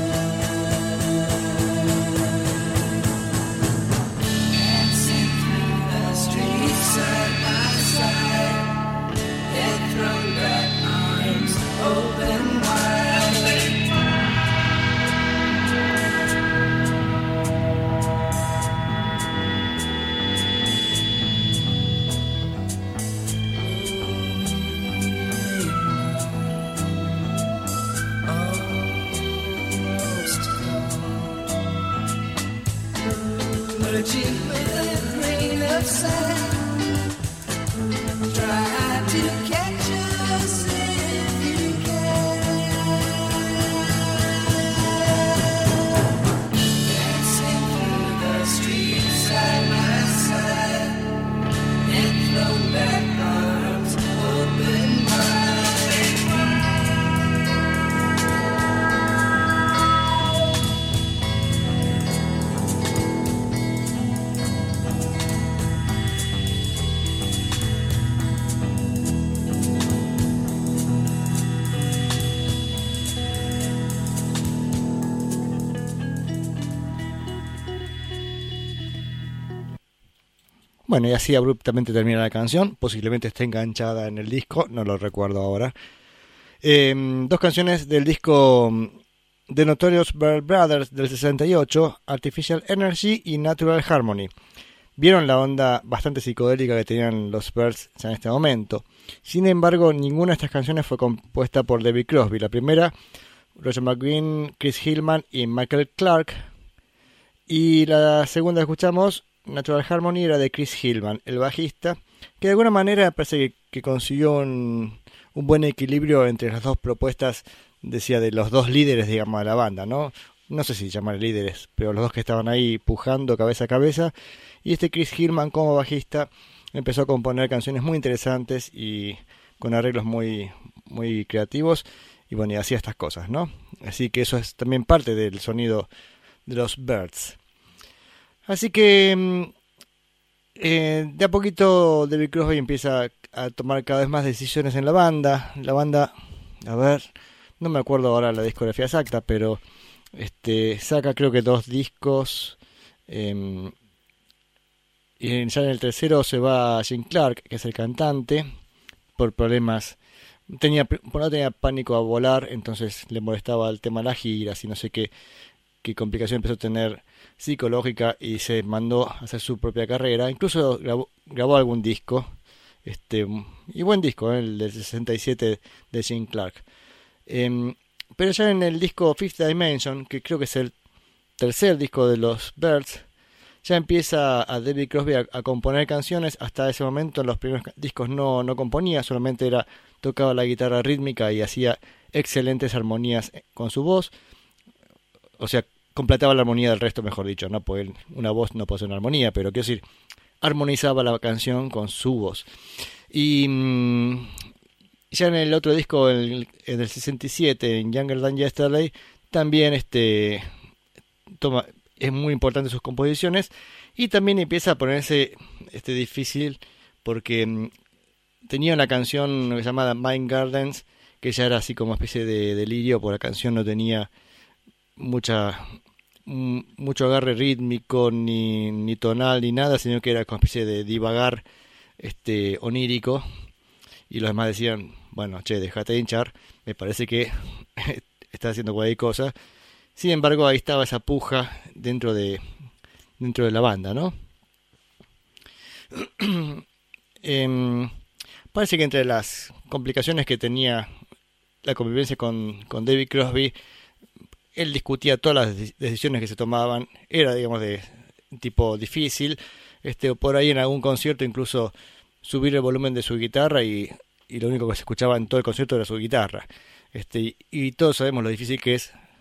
earth. Dancing through the streets side by side, head thrown back, arms open wide. Merging with a grain of sand, try to catch us if you can. Dancing through the streets side by side, head thrown back, arms open Bueno, y así abruptamente termina la canción. Posiblemente esté enganchada en el disco, no lo recuerdo ahora. Eh, dos canciones del disco The Notorious Bell Brothers del sesenta y ocho, Artificial Energy y Natural Harmony. Vieron la onda bastante psicodélica que tenían los Byrds ya en este momento. Sin embargo, ninguna de estas canciones fue compuesta por David Crosby. La primera, Roger McGuinn, Chris Hillman y Michael Clarke. Y la segunda que escuchamos, Natural Harmony, era de Chris Hillman, el bajista, que de alguna manera parece que, que consiguió un, un buen equilibrio entre las dos propuestas, decía, de los dos líderes, digamos, de la banda, ¿no? No sé si llamar líderes, pero los dos que estaban ahí pujando cabeza a cabeza. Y este Chris Hillman, como bajista, empezó a componer canciones muy interesantes y con arreglos muy, muy creativos. Y bueno, y hacía estas cosas, ¿no? Así que eso es también parte del sonido de los Byrds. Así que eh, de a poquito David Crosby empieza a tomar cada vez más decisiones en la banda. La banda, a ver, no me acuerdo ahora la discografía exacta, pero este saca creo que dos discos. Eh, y ya en el tercero se va Jim Clark, que es el cantante, por problemas. Tenía, no tenía pánico a volar, entonces le molestaba el tema de las giras y no sé qué, qué complicación empezó a tener psicológica y se mandó a hacer su propia carrera. Incluso grabó, grabó algún disco, este y buen disco, ¿eh? El del sesenta y siete de Jim Clark. Eh, pero ya en el disco Fifth Dimension, que creo que es el tercer disco de los Byrds, ya empieza a David Crosby a, a componer canciones. Hasta ese momento en los primeros discos no, no componía, solamente era tocaba la guitarra rítmica y hacía excelentes armonías con su voz. O sea, completaba la armonía del resto, mejor dicho, ¿no? Porque una voz no puede ser una armonía, pero quiero decir, armonizaba la canción con su voz. Y mmm, ya en el otro disco, en el sesenta y siete, en Younger Than Yesterday, también este toma, es muy importante sus composiciones y también empieza a ponerse este difícil porque mmm, tenía una canción llamada Mind Gardens, que ya era así como una especie de delirio, porque la canción no tenía mucha mucho agarre rítmico ni, ni tonal ni nada, sino que era como una especie de divagar este onírico, y los demás decían, bueno, che, déjate de hinchar, me parece que estás haciendo cualquier cosa. Sin embargo, ahí estaba esa puja dentro de dentro de la banda, ¿no? eh, parece que entre las complicaciones que tenía la convivencia con, con David Crosby, él discutía todas las decisiones que se tomaban, era, digamos, de tipo difícil, este, o por ahí en algún concierto incluso subir el volumen de su guitarra y, y lo único que se escuchaba en todo el concierto era su guitarra, este, y, y todos sabemos lo difícil que es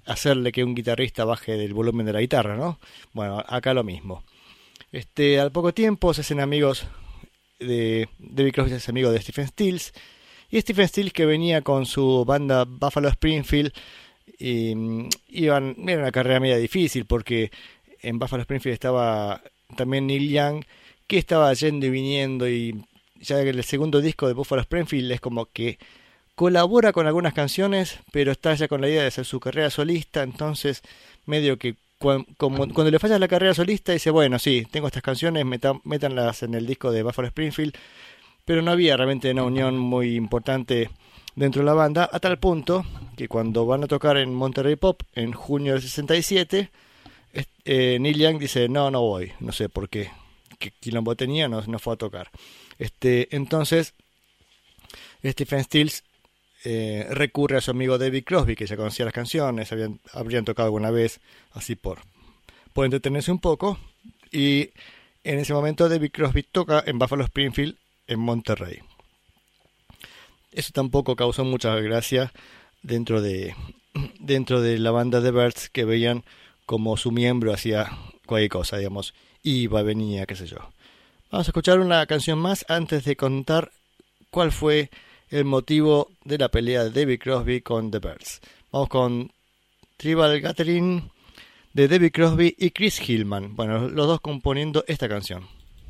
hacerle que un guitarrista baje del volumen de la guitarra, ¿no? Bueno, acá lo mismo. Este, al poco tiempo se hacen amigos de David Crosby, se hace amigo de Stephen Stills, y Stephen Stills, que venía con su banda Buffalo Springfield, y, iban, era una carrera media difícil porque en Buffalo Springfield estaba también Neil Young, que estaba yendo y viniendo, y ya que el segundo disco de Buffalo Springfield es como que colabora con algunas canciones, pero está ya con la idea de hacer su carrera solista, entonces medio que cuando, como, cuando le falla la carrera solista dice, bueno, sí, tengo estas canciones, metan, métanlas en el disco de Buffalo Springfield, pero no había realmente una unión muy importante dentro de la banda, a tal punto que cuando van a tocar en Monterrey Pop en junio del sesenta y siete, eh, Neil Young dice, no, no voy, no sé por qué, qué quilombo tenía, no, no fue a tocar. Este, entonces, Stephen Stills eh, recurre a su amigo David Crosby, que ya conocía las canciones, habían, habrían tocado alguna vez, así por, por entretenerse un poco, y en ese momento David Crosby toca en Buffalo Springfield en Monterrey. Eso tampoco causó mucha gracia dentro de, dentro de la banda de Byrds, que veían como su miembro hacía cualquier cosa, digamos, iba, venía, qué sé yo. Vamos a escuchar una canción más antes de contar cuál fue el motivo de la pelea de David Crosby con The Byrds. Vamos con Tribal Gathering de David Crosby y Chris Hillman. Bueno, los dos componiendo esta canción.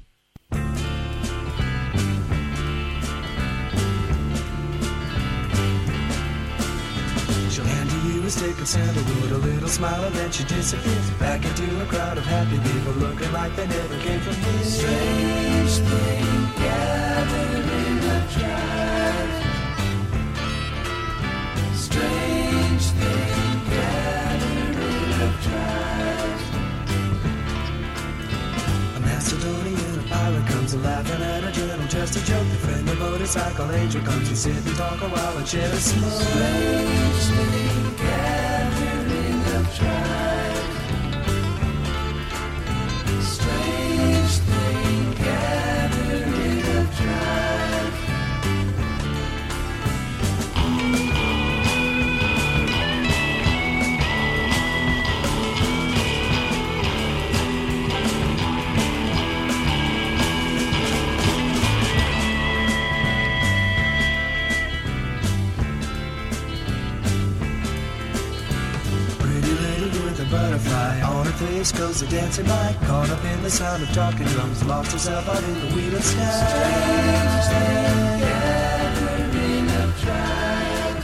A stick of sandalwood, a little smile, and then she disappears back into a crowd of happy people looking like they never came from here. Strange thing gathered in the tribe. Strange thing gathered in the tribe. A Macedonian, a pirate comes a laughing at a gentle, just a joke. The friend of motorcycle angel comes to sit and talk a while and share a smoke. Strange thing gathered in the tribe. Strange thing gathered in the tribe. Butterfly on her face goes a dancing light, caught up in the sound of talking drums, lost herself out in the wheeling sky. Strange thing gathering of tribes.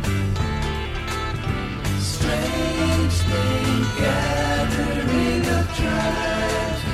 Strange thing gathering of tribes.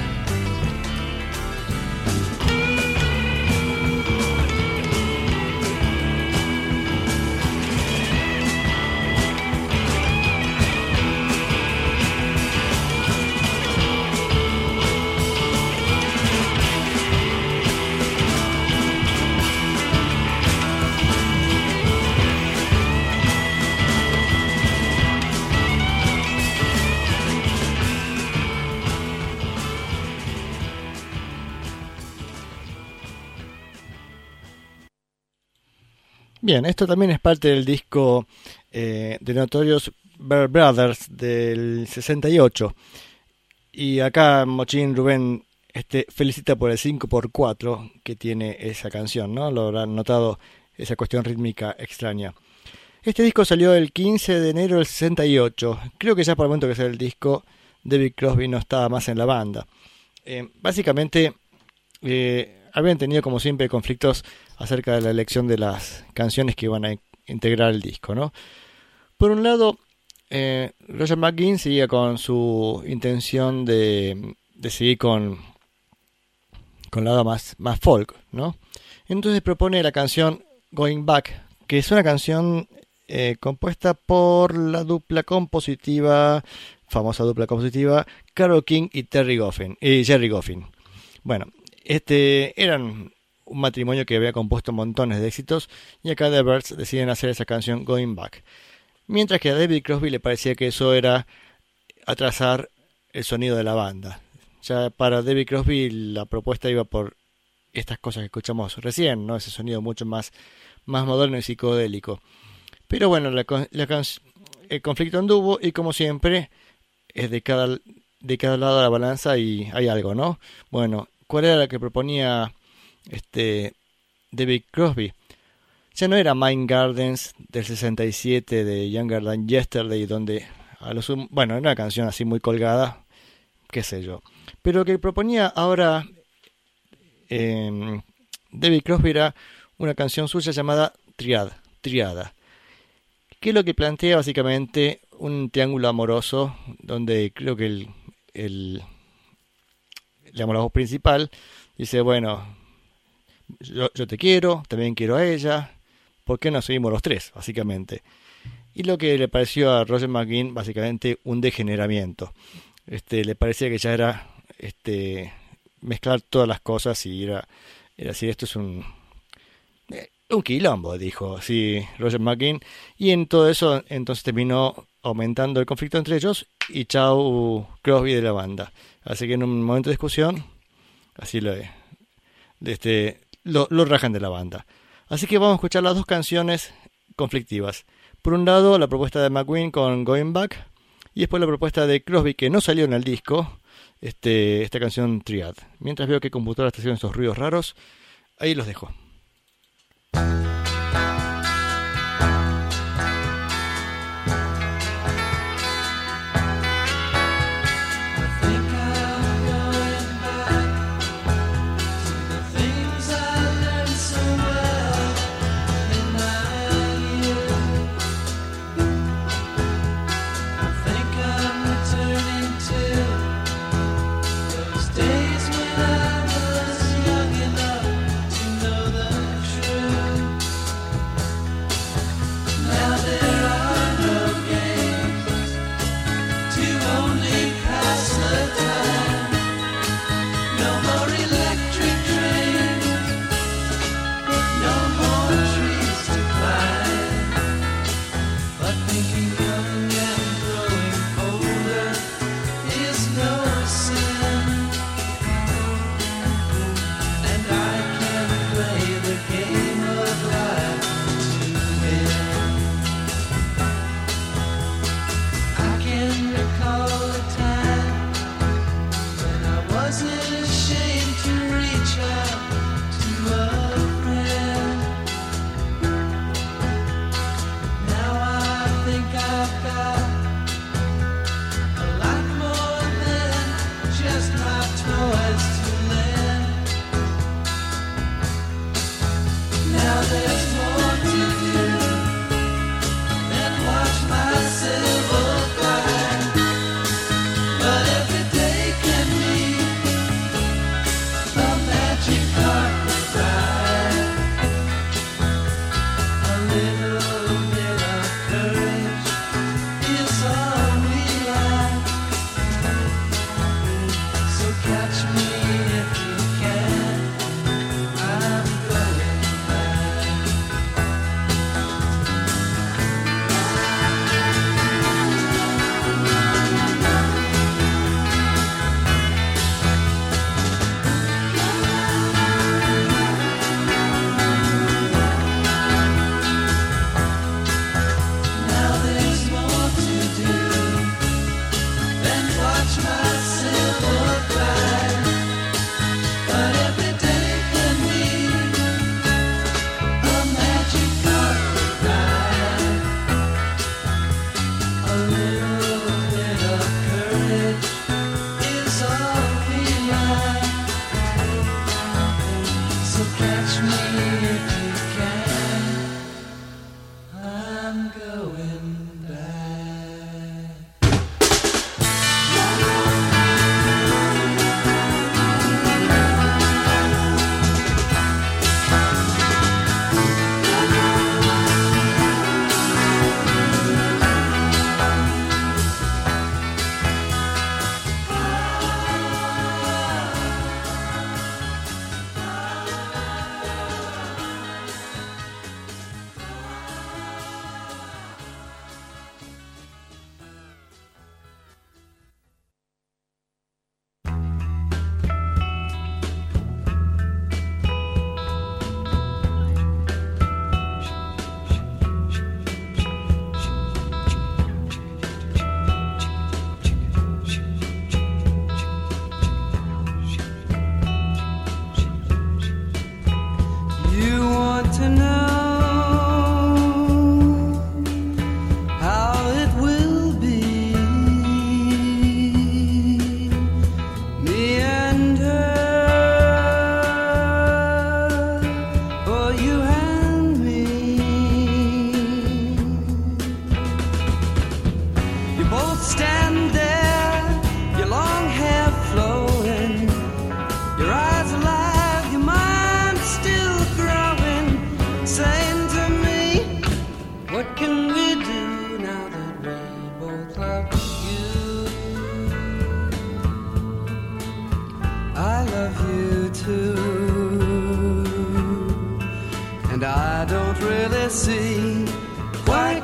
Bien, esto también es parte del disco eh, de Notorious Bear Brothers del sesenta y ocho. Y acá Mochín Rubén este, felicita por el cinco por cuatro que tiene esa canción, ¿no? Lo habrán notado, esa cuestión rítmica extraña. Este disco salió el quince de enero del sesenta y ocho. Creo que ya por el momento que sale el disco, David Crosby no estaba más en la banda. Eh, básicamente, eh, habían tenido como siempre conflictos acerca de la elección de las canciones que iban a integrar el disco, ¿no? Por un lado, eh, Roger McGuinn seguía con su intención de, de seguir con, con la lado más, más folk, ¿no? Entonces propone la canción Going Back, que es una canción eh, compuesta por la dupla compositiva, famosa dupla compositiva, Carole King y Terry Goffin, y Jerry Goffin. Bueno, este eran un matrimonio que había compuesto montones de éxitos, y acá The Byrds deciden hacer esa canción Going Back. Mientras que a David Crosby le parecía que eso era atrasar el sonido de la banda. Ya para David Crosby la propuesta iba por estas cosas que escuchamos recién, ¿no? Ese sonido mucho más, más moderno y psicodélico. Pero bueno, la, la el conflicto anduvo y como siempre es de cada, de cada lado de la balanza y hay algo, ¿no? Bueno, ¿cuál era la que proponía este David Crosby? Ya no era Mind Gardens del sesenta y siete de Younger Than Yesterday, donde a lo sum- bueno, era una canción así muy colgada, qué sé yo. Pero lo que proponía ahora eh, David Crosby era una canción suya llamada Triad, Triada, que es lo que plantea básicamente un triángulo amoroso, donde creo que el, el, digamos, la voz principal dice, bueno, yo, yo te quiero, también quiero a ella, ¿por qué no seguimos los tres, básicamente? Y lo que le pareció a Roger McGuinn, básicamente un degeneramiento. Este, le parecía que ya era este, mezclar todas las cosas y era, era decir, esto es un, eh, un quilombo, dijo sí, Roger McGuinn. Y en todo eso, entonces terminó aumentando el conflicto entre ellos y chau Crosby de la banda. Así que en un momento de discusión, así lo, este, lo, lo rajan de la banda. Así que vamos a escuchar las dos canciones conflictivas. Por un lado, la propuesta de McGuinn con Going Back, y después la propuesta de Crosby, que no salió en el disco, este, esta canción Triad. Mientras veo que computadora está haciendo estos ruidos raros, ahí los dejo. Days when I was young enough to know the truth.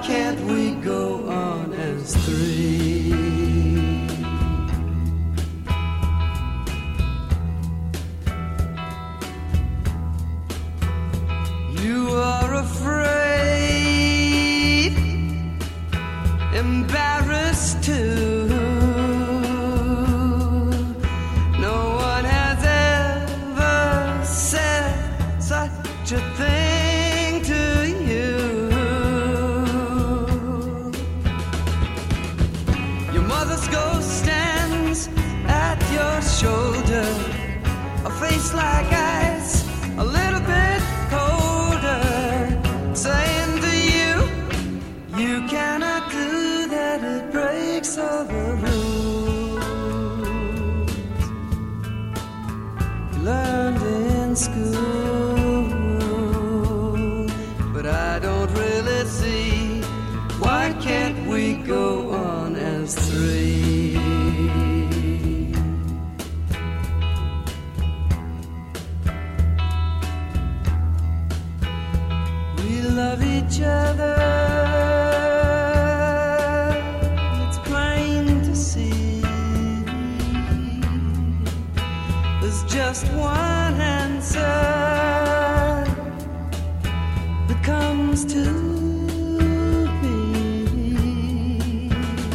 can't we go on as three? You are afraid, embarrassed too. No one has ever said such a thing to you. Your mother's ghost stands at your shoulder, a face like ice, a little bit colder, saying to you, you cannot do that, it breaks all the rules you learned in school. But I don't really see, why can't we go on as three? We love each other, it's plain to see. There's just one answer that comes to me.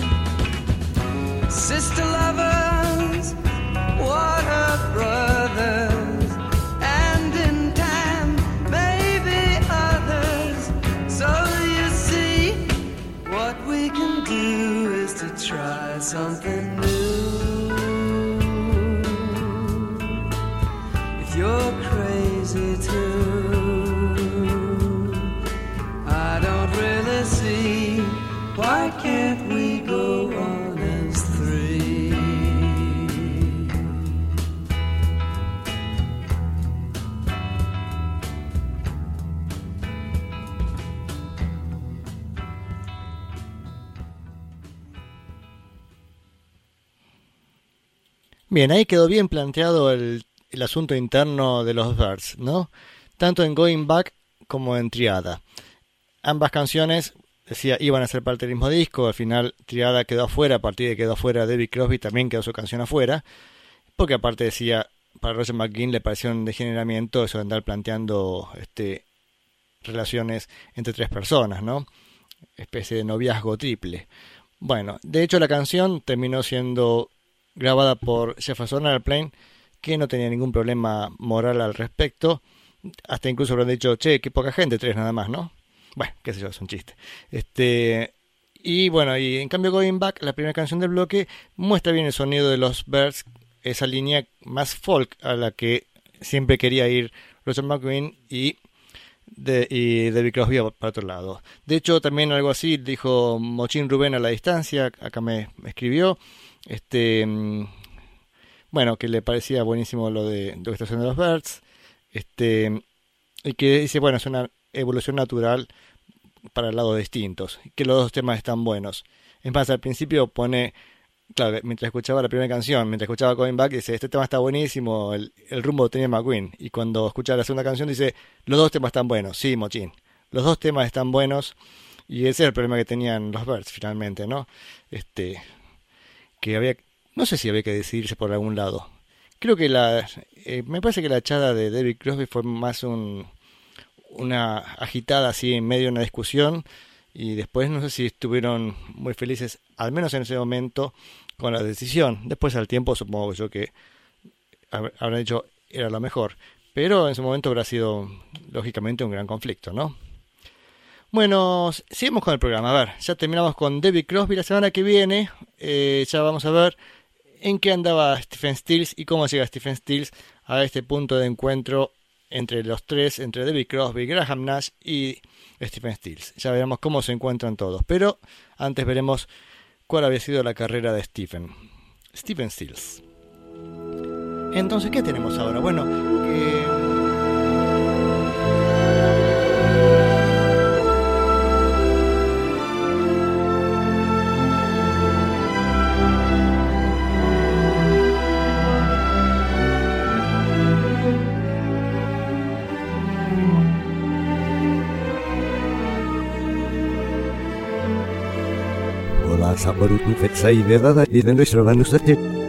Sister lovers, water brothers, and in time, maybe others. So you see, what we can do is to try something new. If you're crazy too, I don't really see, why can't we go on as three? Bien, ahí quedó bien planteado el, el asunto interno de los Byrds, ¿no? Tanto en Going Back como en Triada. Ambas canciones, decía, iban a ser parte del mismo disco. Al final Triada quedó afuera, a partir de que quedó afuera David Crosby, también quedó su canción afuera. Porque aparte decía, para Roger McGuinn le pareció un degeneramiento eso de andar planteando este, relaciones entre tres personas, ¿no? Especie de noviazgo triple. Bueno, de hecho la canción terminó siendo grabada por Jefferson Airplane, que no tenía ningún problema moral al respecto. Hasta incluso habrán dicho, che, qué poca gente, tres nada más, ¿no? Bueno, qué sé yo, es un chiste. Este, y bueno, y en cambio Going Back, la primera canción del bloque, muestra bien el sonido de los Byrds, esa línea más folk a la que siempre quería ir Roger McGuinn y, de, y David Crosby para otro lado. De hecho, también algo así dijo Mochín Rubén a la distancia, acá me, me escribió, este, bueno, que le parecía buenísimo lo de lo que está haciendo los Byrds, este, y que dice, bueno, es una evolución natural para lados distintos, que los dos temas están buenos. Es más, al principio pone, claro, mientras escuchaba la primera canción, mientras escuchaba Going Back, dice, este tema está buenísimo, el, el rumbo tenía McGuinn. Y cuando escucha la segunda canción dice, los dos temas están buenos. Sí, Mochín, los dos temas están buenos. Y ese es el problema que tenían los Byrds finalmente, ¿no? Este, que había, no sé si había que decidirse por algún lado. Creo que la, eh, me parece que la echada de David Crosby fue más un, una agitada así en medio de una discusión. Y después no sé si estuvieron muy felices, al menos en ese momento, con la decisión. Después al tiempo supongo yo que habrán dicho era lo mejor. Pero en ese momento habrá sido, lógicamente, un gran conflicto, ¿no? Bueno, seguimos con el programa. A ver, ya terminamos con David Crosby. La semana que viene eh, ya vamos a ver en qué andaba Stephen Stills y cómo llega Stephen Stills a este punto de encuentro entre los tres, entre David Crosby, Graham Nash y Stephen Stills. Ya veremos cómo se encuentran todos, pero antes veremos cuál había sido la carrera de Stephen Stephen Stills. Entonces, ¿qué tenemos ahora? Bueno, que... saborutu fetsai vedada y de nuestro vanusate.